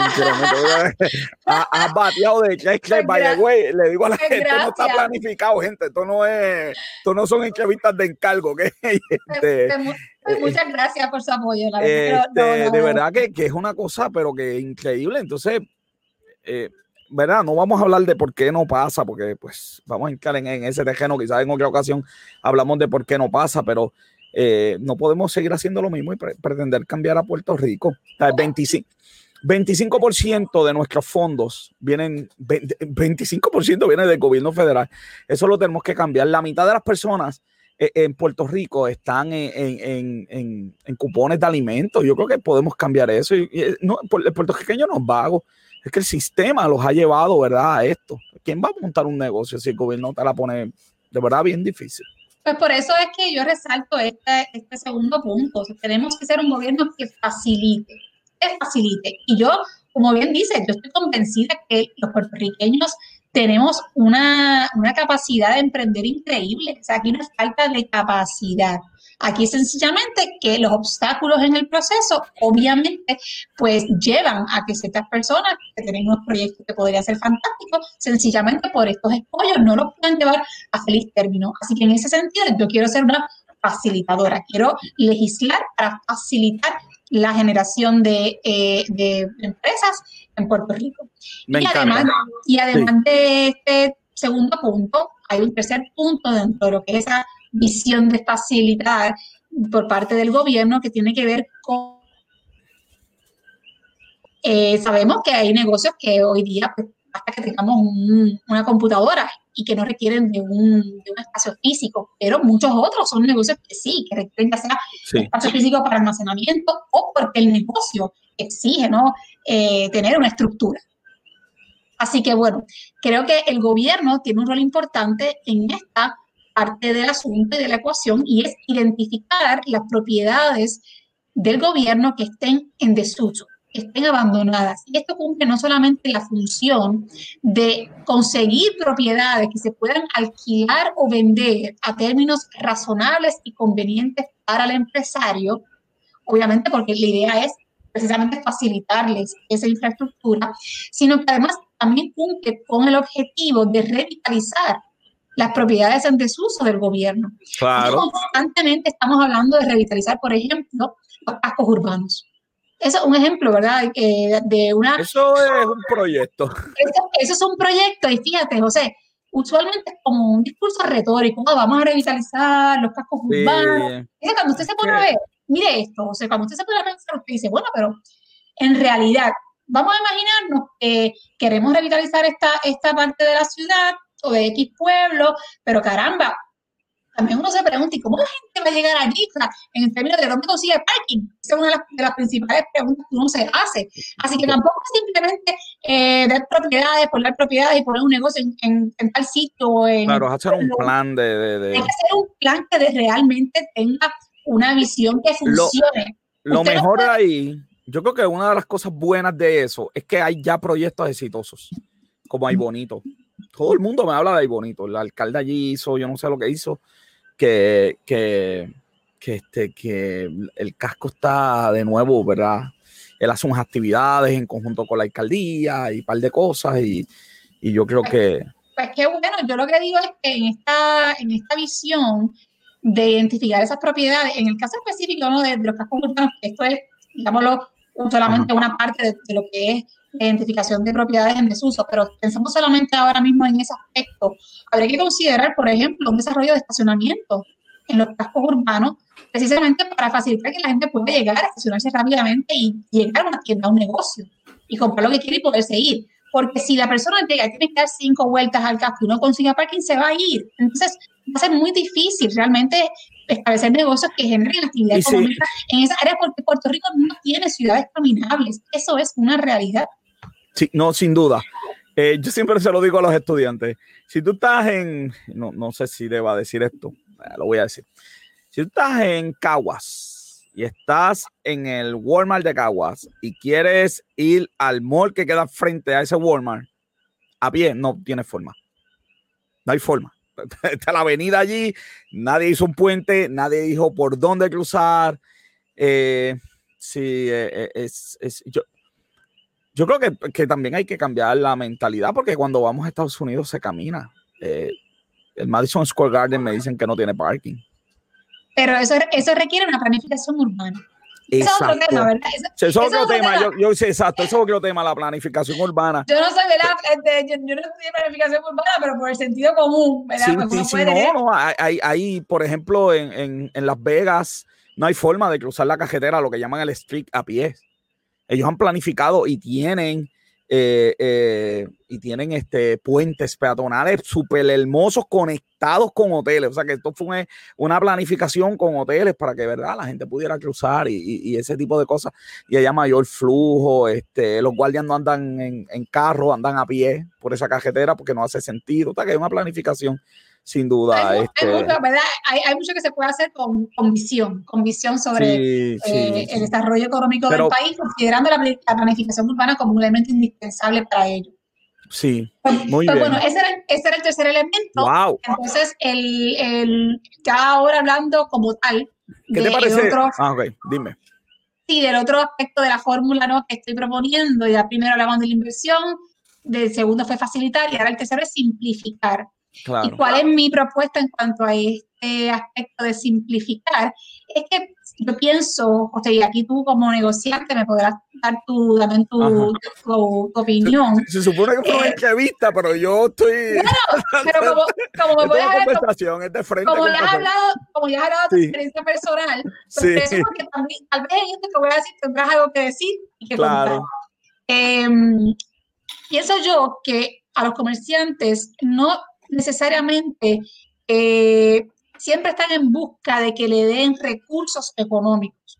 A: Has bateado de que es by the way, le digo a la gente, esto no está planificado, gente. Esto no es, esto no son entrevistas de encargo. ¿Okay? Este,
B: pues muchas gracias por su apoyo. La
A: verdad, este, no, no, de verdad que, que es una cosa, pero que increíble. Entonces, eh, ¿verdad? No vamos a hablar de por qué no pasa, porque pues vamos a entrar en, en ese terreno, quizás en otra ocasión hablamos de por qué no pasa, pero eh, no podemos seguir haciendo lo mismo y pre pretender cambiar a Puerto Rico. O sea, el veinticinco, veinticinco por ciento de nuestros fondos vienen, veinticinco por ciento viene del gobierno federal. Eso lo tenemos que cambiar. La mitad de las personas eh, en Puerto Rico están en, en, en, en cupones de alimentos. Yo creo que podemos cambiar eso. Y, y, no, el puertorriqueño no es vago. Es que el sistema los ha llevado, ¿verdad?, a esto. ¿Quién va a montar un negocio si el gobierno te la pone de verdad bien difícil?
B: Pues por eso es que yo resalto este, este segundo punto. O sea, tenemos que ser un gobierno que facilite, que facilite. Y yo, como bien dice, yo estoy convencida que los puertorriqueños tenemos una, una capacidad de emprender increíble. O sea, aquí no es falta de capacidad. Aquí sencillamente que los obstáculos en el proceso, obviamente, pues llevan a que ciertas personas que tienen unos proyectos que podrían ser fantásticos, sencillamente por estos escollos no los pueden llevar a feliz término. Así que en ese sentido yo quiero ser una facilitadora, quiero legislar para facilitar la generación de, eh, de empresas en Puerto Rico.
A: Me
B: y,
A: encanta.
B: además, y además
A: Sí.
B: de este segundo punto, hay un tercer punto dentro de lo que es esa visión de facilitar por parte del gobierno que tiene que ver con eh, sabemos que hay negocios que hoy día pues, basta que tengamos un, una computadora y que no requieren de un, de un espacio físico, pero muchos otros son negocios que sí, que requieren ya sea
A: Sí.
B: espacio físico para almacenamiento o porque el negocio exige, ¿no?, eh, tener una estructura. Así que bueno, creo que el gobierno tiene un rol importante en esta parte del asunto y de la ecuación, y es identificar las propiedades del gobierno que estén en desuso, que estén abandonadas. Y esto cumple no solamente la función de conseguir propiedades que se puedan alquilar o vender a términos razonables y convenientes para el empresario, obviamente porque la idea es precisamente facilitarles esa infraestructura, sino que además también cumple con el objetivo de revitalizar las propiedades en desuso del gobierno.
A: Claro.
B: Constantemente estamos hablando de revitalizar, por ejemplo, los cascos urbanos. Eso es un ejemplo, ¿verdad? Eh, de una...
A: Eso es un proyecto.
B: Eso, eso es un proyecto, y fíjate, José, usualmente es como un discurso retórico, oh, vamos a revitalizar los cascos
A: Sí.
B: urbanos. Dice, cuando usted se pone a ver, mire esto, o sea, cuando usted se pone a pensar, usted dice, bueno, pero en realidad, vamos a imaginarnos que queremos revitalizar esta, esta parte de la ciudad o de X pueblo, pero caramba, también uno se pregunta, ¿y cómo la gente va a llegar allí? O sea, en términos de dónde consigue parking. Esa es una de las, de las principales preguntas que uno se hace. Así que tampoco es simplemente eh, dar propiedades, por dar propiedades y poner un negocio en, en, en tal sitio. En
A: claro, es hacer un plan de, de, de...
B: Hay que hacer un plan que de realmente tenga una visión que funcione.
A: Lo, lo
B: Usted
A: mejor
B: no puede...
A: de ahí, yo creo que una de las cosas buenas de eso es que hay ya proyectos exitosos, como Ay Bonito. Todo el mundo me habla de Ay Bonito. El alcalde allí hizo, yo no sé lo que hizo, que, que, que, este, que el casco está de nuevo, ¿verdad? Él hace unas actividades en conjunto con la alcaldía y un par de cosas, y, y yo creo que...
B: Pues qué bueno, yo lo que digo es que en esta, en esta visión de identificar esas propiedades, en el caso específico, ¿no?, de, de los cascos urbanos, que esto es, digámoslo, solamente una parte de, de lo que es la identificación de propiedades en desuso, pero pensamos solamente ahora mismo en ese aspecto. Habría que considerar, por ejemplo, un desarrollo de estacionamiento en los cascos urbanos, precisamente para facilitar que la gente pueda llegar a estacionarse rápidamente y llegar a una tienda, a un negocio, y comprar lo que quiere y poderse ir. Porque si la persona llega y tiene que dar cinco vueltas al casco y no consigue parking, se va a ir. Entonces, va a ser muy difícil realmente establecer negocios que generen actividad económica sí. en esa área, porque Puerto Rico no tiene ciudades caminables. Eso es una realidad.
A: Sí, no, sin duda. Eh, yo siempre se lo digo a los estudiantes. Si tú estás en, no, no sé si deba decir esto, lo voy a decir. Si tú estás en Caguas y estás en el Walmart de Caguas y quieres ir al mall que queda frente a ese Walmart, a pie no tiene forma. No hay forma. Está la avenida allí, nadie hizo un puente, nadie dijo por dónde cruzar. Eh, sí, eh, es, es, yo, yo creo que, que también hay que cambiar la mentalidad, porque cuando vamos a Estados Unidos se camina. Eh, el Madison Square Garden me dicen que no tiene parking.
B: Pero eso, eso requiere una planificación urbana. Eso es otro tema, ¿verdad? Eso,
A: sí, eso es otro
B: otro
A: tema.
B: tema.
A: Yo, yo sí, exacto, eso es otro tema, la planificación urbana.
B: Yo no soy de la, de, yo, yo no estudié planificación urbana, pero por el sentido común, ¿verdad?
A: Sí,
B: pues
A: sí,
B: uno
A: sí,
B: puede
A: no,
B: tener...
A: no, hay, hay, por ejemplo, en, en, en Las Vegas no hay forma de cruzar la carretera, lo que llaman el street a pie. ellos han planificado y tienen eh, eh, y tienen este puentes peatonales súper hermosos conectados con hoteles. O sea que esto fue una, una planificación con hoteles para que, ¿verdad?, la gente pudiera cruzar y, y, y ese tipo de cosas. Y haya mayor flujo. Este, los guardias no andan en, en carro, andan a pie por esa carretera porque no hace sentido. O sea que hay una planificación. Sin duda.
B: Hay,
A: este,
B: hay, mucho, ¿verdad? Hay, hay mucho que se puede hacer con, con visión, con visión sobre
A: sí, sí,
B: eh,
A: sí.
B: el desarrollo económico
A: Pero,
B: del país, considerando la, la planificación urbana como un elemento indispensable para ello.
A: Sí,
B: pues,
A: muy
B: pues
A: bien.
B: Bueno, ese era, ese era el tercer elemento.
A: Wow.
B: Entonces, el, el, ya ahora hablando como tal.
A: ¿Qué
B: de
A: te parece?
B: Otro,
A: ah, ok, dime.
B: Sí, del otro aspecto de la fórmula, ¿no?, que estoy proponiendo. Ya primero hablamos de la inversión, del segundo fue facilitar y ahora el tercero es simplificar. Claro. ¿Y cuál es mi propuesta en cuanto a este aspecto de simplificar? Es que yo pienso, José, y aquí tú como negociante me podrás dar tu, también tu, tu, tu opinión.
A: Se, se supone que fue una eh, entrevista, pero yo estoy...
B: Bueno, pero como, como me puedes hablar...
A: conversación, es de frente.
B: Como ya has hablado, como ya has hablado de tu sí. experiencia personal, pues sí. Presumo que también, tal vez en esto que voy a decir tendrás algo que decir y que
A: claro.
B: contar. Eh, pienso yo que a los comerciantes no necesariamente eh, siempre están en busca de que le den recursos económicos,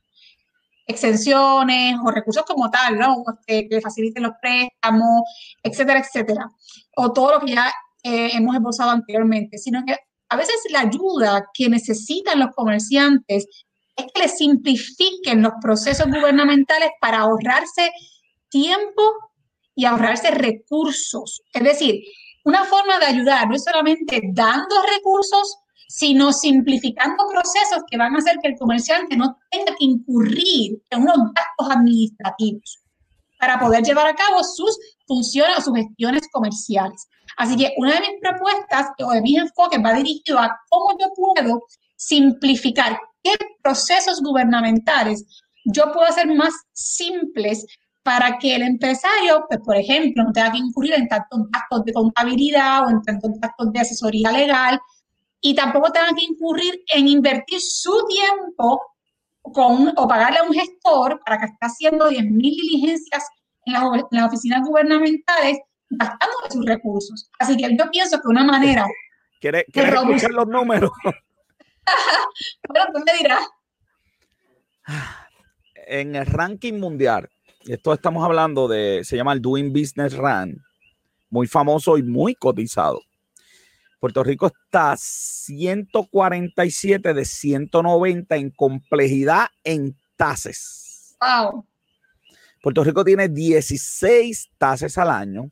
B: exenciones o recursos como tal, ¿no?, que, que faciliten los préstamos, etcétera, etcétera, o todo lo que ya eh, hemos esbozado anteriormente, sino que a veces la ayuda que necesitan los comerciantes es que les simplifiquen los procesos gubernamentales para ahorrarse tiempo y ahorrarse recursos. Es decir, una forma de ayudar no es solamente dando recursos, sino simplificando procesos que van a hacer que el comerciante no tenga que incurrir en unos gastos administrativos para poder llevar a cabo sus funciones o sus gestiones comerciales. Así que una de mis propuestas o de mis enfoques va dirigido a cómo yo puedo simplificar qué procesos gubernamentales yo puedo hacer más simples para que el empresario, pues, por ejemplo, no tenga que incurrir en tantos gastos de contabilidad o en tantos gastos de asesoría legal, y tampoco tenga que incurrir en invertir su tiempo con, o pagarle a un gestor para que esté haciendo diez mil diligencias en las, en las oficinas gubernamentales, gastando de sus recursos. Así que yo pienso que una manera...
A: ¿Quieres, ¿quieres escuchar los números?
B: Bueno, tú me dirás.
A: En el ranking mundial, y esto estamos hablando de, se llama el Doing Business Rank, muy famoso y muy cotizado. Puerto Rico está ciento cuarenta y siete de ciento noventa en complejidad en tasas.
B: Wow.
A: Puerto Rico tiene dieciséis tasas al año.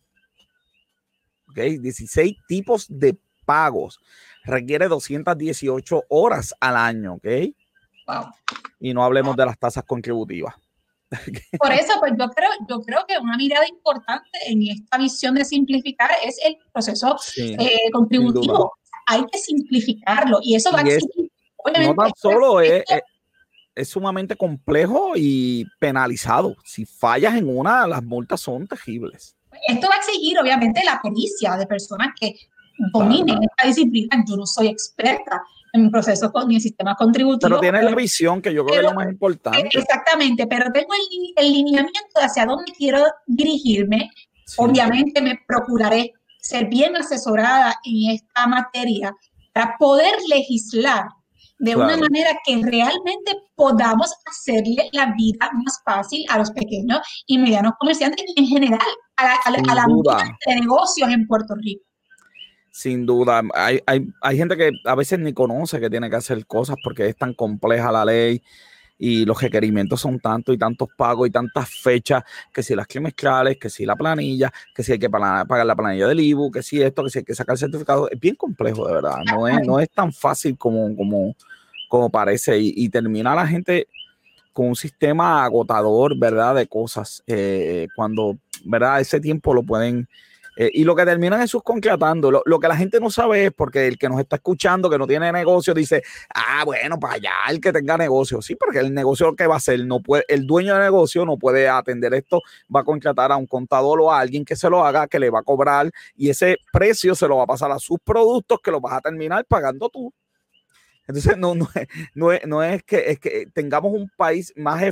A: ¿Okay? dieciséis tipos de pagos. Requiere doscientas dieciocho horas al año. ¿Okay?
B: Wow.
A: Y no hablemos de las tasas contributivas.
B: Por eso, pues yo creo, yo creo que una mirada importante en esta visión de simplificar es el proceso sí, eh, contributivo. Hay que simplificarlo y eso y va a exigir.
A: No tan solo es, es, es sumamente complejo y penalizado. Si fallas en una, las multas son terribles.
B: Esto va a exigir, obviamente, la pericia de personas que dominen claro. esta disciplina. Yo no soy experta en procesos ni en sistemas contributivos.
A: Pero tienes la visión, que yo creo pero, que es lo más importante.
B: Exactamente, pero tengo el, el lineamiento hacia dónde quiero dirigirme. Sí. Obviamente me procuraré ser bien asesorada en esta materia para poder legislar de claro. una manera que realmente podamos hacerle la vida más fácil a los pequeños y medianos comerciantes y en general a la, a la, a la vida de negocios en Puerto Rico.
A: Sin duda, hay, hay, hay gente que a veces ni conoce que tiene que hacer cosas porque es tan compleja la ley y los requerimientos son tantos y tantos pagos y tantas fechas, que si las trimestrales, que si la planilla, que si hay que pagar, pagar la planilla del I B U, que si esto, que si hay que sacar el certificado. Es bien complejo, de verdad. No es, no es tan fácil como, como, como parece y, y termina la gente con un sistema agotador, ¿verdad? De cosas, eh, cuando, ¿verdad? Ese tiempo lo pueden... Eh, y lo que terminan es subcontratando. Lo, lo que la gente no sabe es porque el que nos está escuchando, que no tiene negocio, dice, ah, bueno, para allá el que tenga negocio. Sí, porque el negocio que va a hacer, no puede, el dueño de negocio no puede atender esto, va a contratar a un contador o a alguien que se lo haga, que le va a cobrar y ese precio se lo va a pasar a sus productos que los vas a terminar pagando tú. Entonces, no, no, es, no, es, no es, que, es que tengamos un país más efectivo,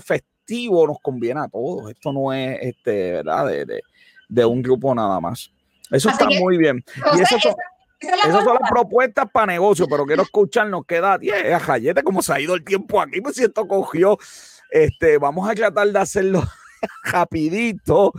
A: colectivo nos conviene a todos. Esto no es, este, ¿verdad? De, de, de un grupo nada más. Eso Así está que, muy bien. Y eso son, esa es esas son las propuestas para negocio, pero quiero escuchar, nos queda diez. Jayete, como se ha ido el tiempo aquí, pues si esto cogió, este, vamos a tratar de hacerlo rapidito.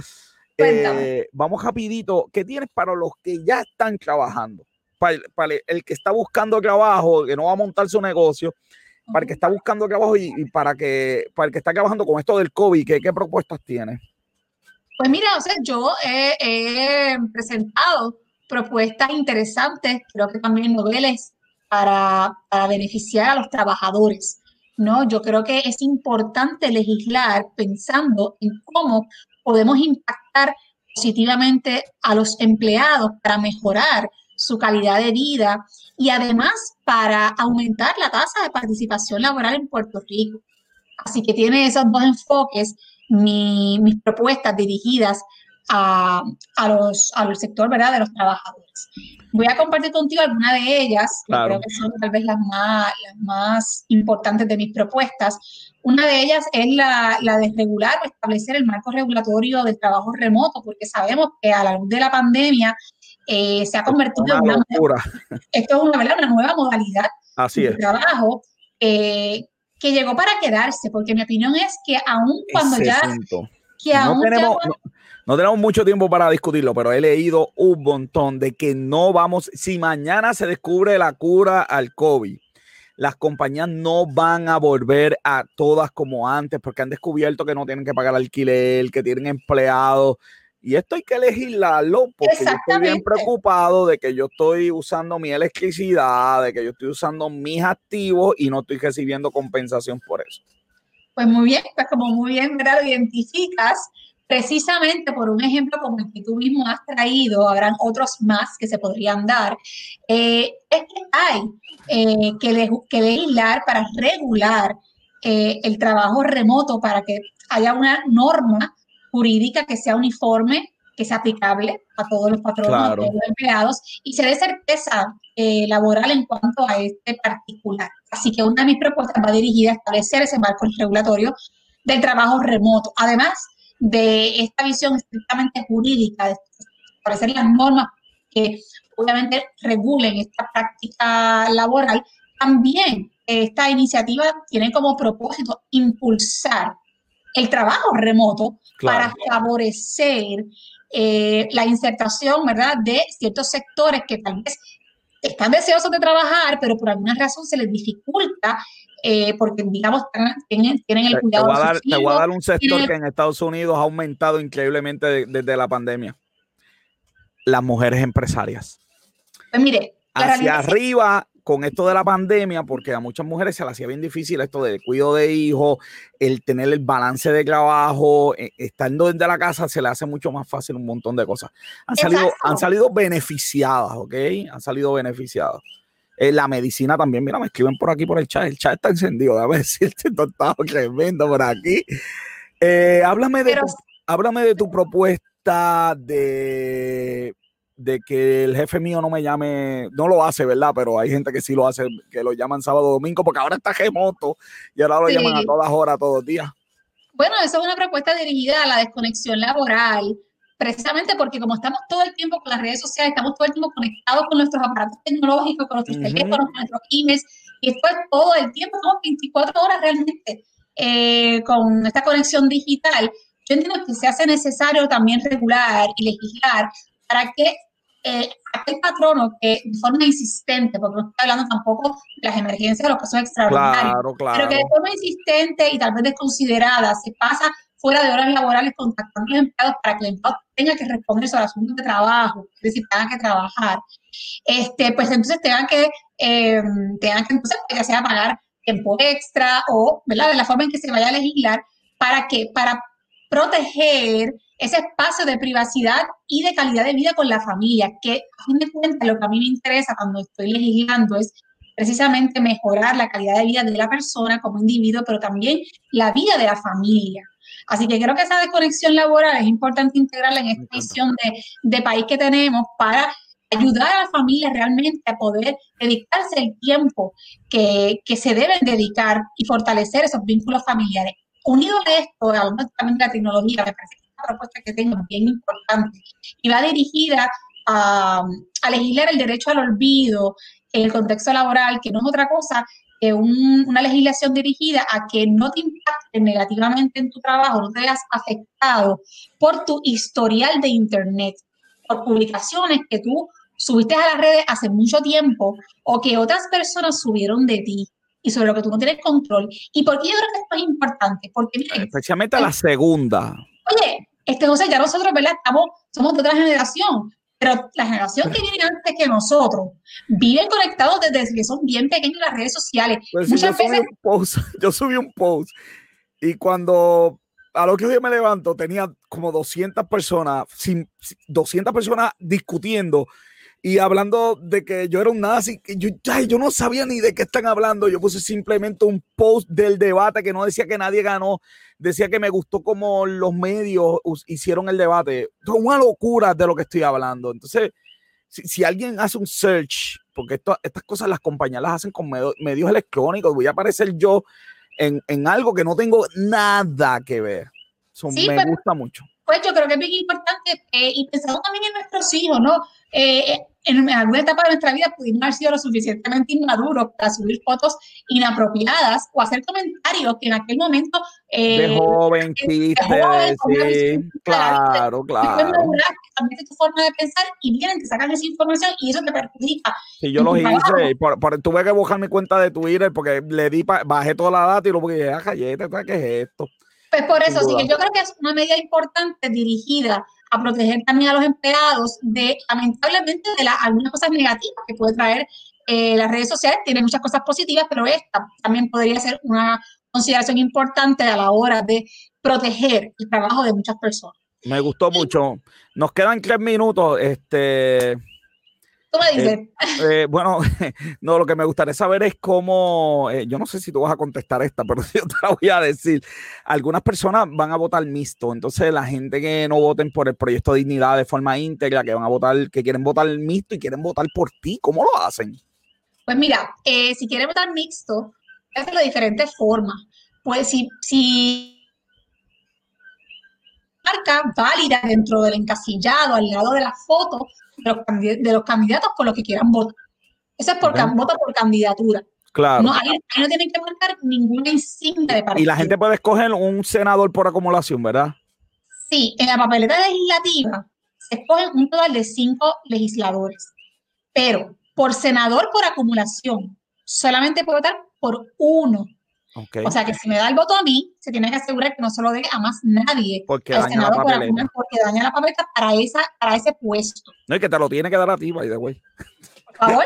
A: Eh, vamos rapidito. ¿Qué tienes para los que ya están trabajando? Para el, para el que está buscando trabajo, que no va a montar su negocio, para el que está buscando trabajo y, y para, que, para el que está trabajando con esto del COVID, ¿qué, qué propuestas tienes?
B: Pues mira, o sea, yo he, he presentado propuestas interesantes, creo que también noveles, para, para beneficiar a los trabajadores, ¿no? Yo creo que es importante legislar pensando en cómo podemos impactar positivamente a los empleados para mejorar su calidad de vida y además para aumentar la tasa de participación laboral en Puerto Rico. Así que tiene esos dos enfoques mi, mis propuestas dirigidas a, a los, al sector, ¿verdad?, de los trabajadores. Voy a compartir contigo algunas de ellas, claro, que creo que son tal vez las más, las más importantes de mis propuestas. Una de ellas es la, la de regular o establecer el marco regulatorio del trabajo remoto, porque sabemos que a la luz de la pandemia eh, se ha convertido en una locura. Esto es una, ¿verdad?, una nueva modalidad
A: Así
B: de
A: es.
B: trabajo eh, que llegó para quedarse, porque mi opinión es que aún cuando
A: Ese
B: ya... Que
A: no,
B: aún
A: tenemos,
B: ya...
A: no, no tenemos mucho tiempo para discutirlo, pero he leído un montón de que no vamos, si mañana se descubre la cura al COVID, las compañías no van a volver a todas como antes, porque han descubierto que no tienen que pagar alquiler, que tienen empleados. Y esto hay que legislarlo, porque yo estoy bien preocupado de que yo estoy usando mi electricidad, de que yo estoy usando mis activos y no estoy recibiendo compensación por eso.
B: Pues muy bien, pues como muy bien, ¿verdad?, lo identificas, precisamente por un ejemplo como el que tú mismo has traído, habrán otros más que se podrían dar, eh, es que hay eh, que, le, que legislar para regular eh, el trabajo remoto, para que haya una norma jurídica que sea uniforme, que sea aplicable a todos los patronos, claro, a todos los empleados, y se dé certeza eh, laboral en cuanto a este particular. Así que una de mis propuestas va dirigida a establecer ese marco regulatorio del trabajo remoto. Además de esta visión estrictamente jurídica, de establecer las normas que obviamente regulen esta práctica laboral, también esta iniciativa tiene como propósito impulsar el trabajo remoto, claro, para favorecer eh, la insertación, ¿verdad?, de ciertos sectores que tal vez están deseosos de trabajar, pero por alguna razón se les dificulta eh, porque, digamos, tienen, tienen el cuidado
A: te voy, a dar,
B: de sus hijos,
A: te voy a dar un sector
B: el...
A: que en Estados Unidos ha aumentado increíblemente de, desde la pandemia. Las mujeres empresarias.
B: Pues mire,
A: hacia arriba es... con esto de la pandemia, porque a muchas mujeres se les hacía bien difícil esto del cuidado de hijos, el tener el balance de trabajo, eh, estando desde la casa se le hace mucho más fácil un montón de cosas. Han salido, han salido beneficiadas, ¿ok? Han salido beneficiadas. Eh, la medicina también, mira, me escriben por aquí por el chat, el chat está encendido, déjame decirte, esto está tremendo por aquí. Eh, háblame, de
B: Pero...
A: tu, háblame de tu propuesta de... de que el jefe mío no me llame, no lo hace, ¿verdad? Pero hay gente que sí lo hace, que lo llaman sábado o domingo, porque ahora está remoto y ahora lo sí. llaman a todas horas, todos los días.
B: Bueno, eso es una propuesta dirigida a la desconexión laboral, precisamente porque como estamos todo el tiempo con las redes sociales, estamos todo el tiempo conectados con nuestros aparatos tecnológicos, con nuestros uh-huh. teléfonos, con nuestros emails, y esto es todo el tiempo, estamos veinticuatro horas realmente eh, con esta conexión digital. Yo entiendo que se hace necesario también regular y legislar para que Eh, aquel patrono que de forma insistente, porque no estoy hablando tampoco de las emergencias, de los casos extraordinarios,
A: claro, claro.
B: pero que de forma insistente y tal vez desconsiderada se pasa fuera de horas laborales contactando a los empleados para que el empleado tenga que responder sobre asuntos de trabajo, es decir, tengan que trabajar, este, pues entonces tengan que, eh, tengan que entonces, ya sea pagar tiempo extra o, ¿verdad?, de la forma en que se vaya a legislar, ¿para qué? Para proteger ese espacio de privacidad y de calidad de vida con la familia, que a fin de cuentas lo que a mí me interesa cuando estoy legislando es precisamente mejorar la calidad de vida de la persona como individuo, pero también la vida de la familia. Así que creo que esa desconexión laboral es importante integrarla en esta visión de, de país que tenemos para ayudar a la familia realmente a poder dedicarse el tiempo que, que se deben dedicar y fortalecer esos vínculos familiares. unido a esto, hablando también de la tecnología, me parece que esta propuesta que tengo es bien importante y va dirigida a, a legislar el derecho al olvido en el contexto laboral, que no es otra cosa que un, una legislación dirigida a que no te impacte negativamente en tu trabajo, no te veas afectado por tu historial de Internet, por publicaciones que tú subiste a las redes hace mucho tiempo o que otras personas subieron de ti y sobre lo que tú no tienes control. ¿Y por qué yo creo que esto es importante? Porque, miren,
A: especialmente a la segunda.
B: Oye, este José, ya nosotros, ¿verdad? Estamos, somos de otra generación, pero la generación que viene antes que nosotros viven conectados desde que son bien pequeños en las redes sociales.
A: Pues
B: Muchas
A: sí, yo,
B: veces...
A: subí un post, yo subí un post y cuando a lo que yo me levanto tenía como doscientas personas, sin, doscientas personas discutiendo y hablando de que yo era un nazi. Yo, ay, yo no sabía ni de qué están hablando. Yo puse simplemente un post del debate que no decía que nadie ganó. Decía que me gustó cómo los medios hicieron el debate. Es una locura de lo que estoy hablando. Entonces, si, si alguien hace un search, porque esto, estas cosas las compañías las hacen con medios, medios electrónicos, voy a aparecer yo en, en algo que no tengo nada que ver. Eso
B: sí,
A: me
B: pues,
A: gusta mucho.
B: Pues yo creo que es bien importante eh, y pensando también en nuestros hijos, ¿no? Eh, en, en alguna etapa de nuestra vida pudimos haber sido lo suficientemente inmaduros para subir fotos inapropiadas o hacer comentarios que en aquel momento
A: eh, de joven, chistes, sí, claro, claro.
B: Cambiaste tu forma de pensar y vienen, te sacan esa información y eso te perjudica.
A: Sí, yo los hice, por, por, tuve que buscar mi cuenta de Twitter porque le di, bajé toda la data y lo dije, ah, callete, ¿qué es esto?
B: Pues por eso, sí que yo creo que es una medida importante dirigida a proteger también a los empleados de, lamentablemente, de la, algunas cosas negativas que puede traer eh, las redes sociales. Tiene muchas cosas positivas, pero esta también podría ser una consideración importante a la hora de proteger el trabajo de muchas personas.
A: Me gustó mucho. Nos quedan tres minutos. Este...
B: Tú me dices.
A: Eh, eh, bueno, no, lo que me gustaría saber es cómo, eh, yo no sé si tú vas a contestar esta, pero yo te la voy a decir. Algunas personas van a votar mixto, entonces la gente que no voten por el proyecto de dignidad de forma íntegra, que van a votar, que quieren votar mixto y quieren votar por ti, ¿cómo lo hacen?
B: Pues mira, eh, si quieren votar mixto, hacerlo de diferentes formas. Pues si, si marca válida dentro del encasillado, al lado de la foto de los, de los candidatos por los que quieran votar. Eso es por okay. Voto por candidatura.
A: Claro.
B: No, ahí, ahí no tienen que marcar ninguna insignia de partido.
A: Y la gente puede escoger un senador por acumulación, ¿verdad?
B: Sí, en la papeleta legislativa se escogen un total de cinco legisladores, pero por senador por acumulación solamente puede votar por uno. Okay. O sea que si me da el voto a mí, se tiene que asegurar que no se lo dé a más nadie.
A: Porque daña Senado la papeleta.
B: Por, porque daña la papeleta para, esa, para ese puesto.
A: No, y que te lo tiene que dar a ti, by the way.
B: Por favor.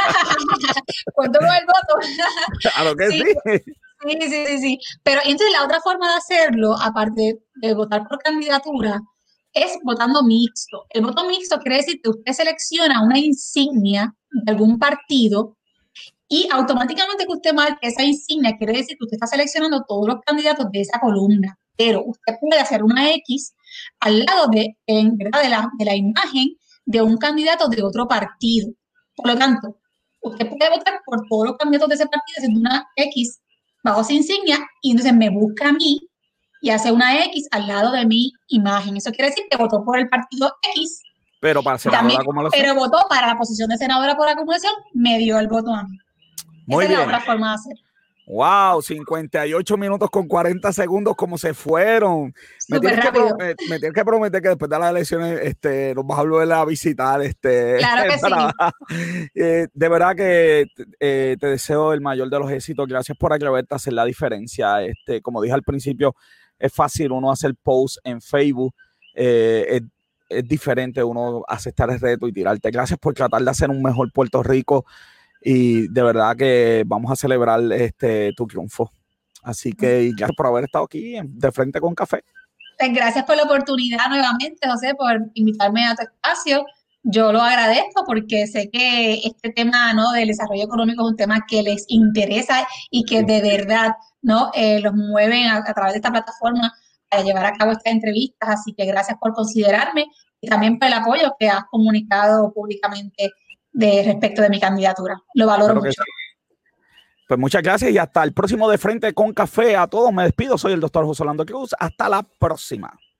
B: Cuento con el voto.
A: A lo que sí.
B: sí. Sí, sí, sí, sí. Pero entonces la otra forma de hacerlo, aparte de votar por candidatura, es votando mixto. El voto mixto quiere decir que usted selecciona una insignia de algún partido y automáticamente que usted marque esa insignia, quiere decir que usted está seleccionando todos los candidatos de esa columna. Pero usted puede hacer una X al lado de, en, ¿verdad? de, la, de la imagen de un candidato de otro partido. Por lo tanto, usted puede votar por todos los candidatos de ese partido haciendo una X bajo esa insignia y entonces me busca a mí y hace una X al lado de mi imagen. Eso quiere decir que votó por el partido X.
A: Pero para senadora acumulación.
B: Pero votó para la posición de senadora por acumulación, me dio el voto a mí.
A: Muy
B: Esa
A: bien.
B: es la otra forma de hacer.
A: Wow, cincuenta y ocho minutos con cuarenta segundos, como se fueron. Me tienes, que, me, me tienes que prometer que después de las elecciones este, nos vas a volver a visitar. Este,
B: claro que
A: para,
B: sí.
A: Eh, de verdad que eh, te deseo el mayor de los éxitos. Gracias por atreverte a hacer la diferencia. Este, como dije al principio, es fácil uno hacer post en Facebook. Eh, es, es diferente uno aceptar el reto y tirarte. Gracias por tratar de hacer un mejor Puerto Rico. Y de verdad que vamos a celebrar este tu triunfo. Así que gracias por haber estado aquí de Frente con Café.
B: Gracias por la oportunidad nuevamente, José, por invitarme a tu espacio. Yo lo agradezco porque sé que este tema, ¿no?, del desarrollo económico es un tema que les interesa y que de verdad, ¿no?, eh, los mueven a, a través de esta plataforma para llevar a cabo estas entrevistas. Así que gracias por considerarme y también por el apoyo que has comunicado públicamente de respecto de mi candidatura. Lo valoro
A: Claro
B: mucho.
A: Pues muchas gracias y hasta el próximo De Frente con Café. A todos me despido. Soy el doctor José Orlando Cruz. Hasta la próxima.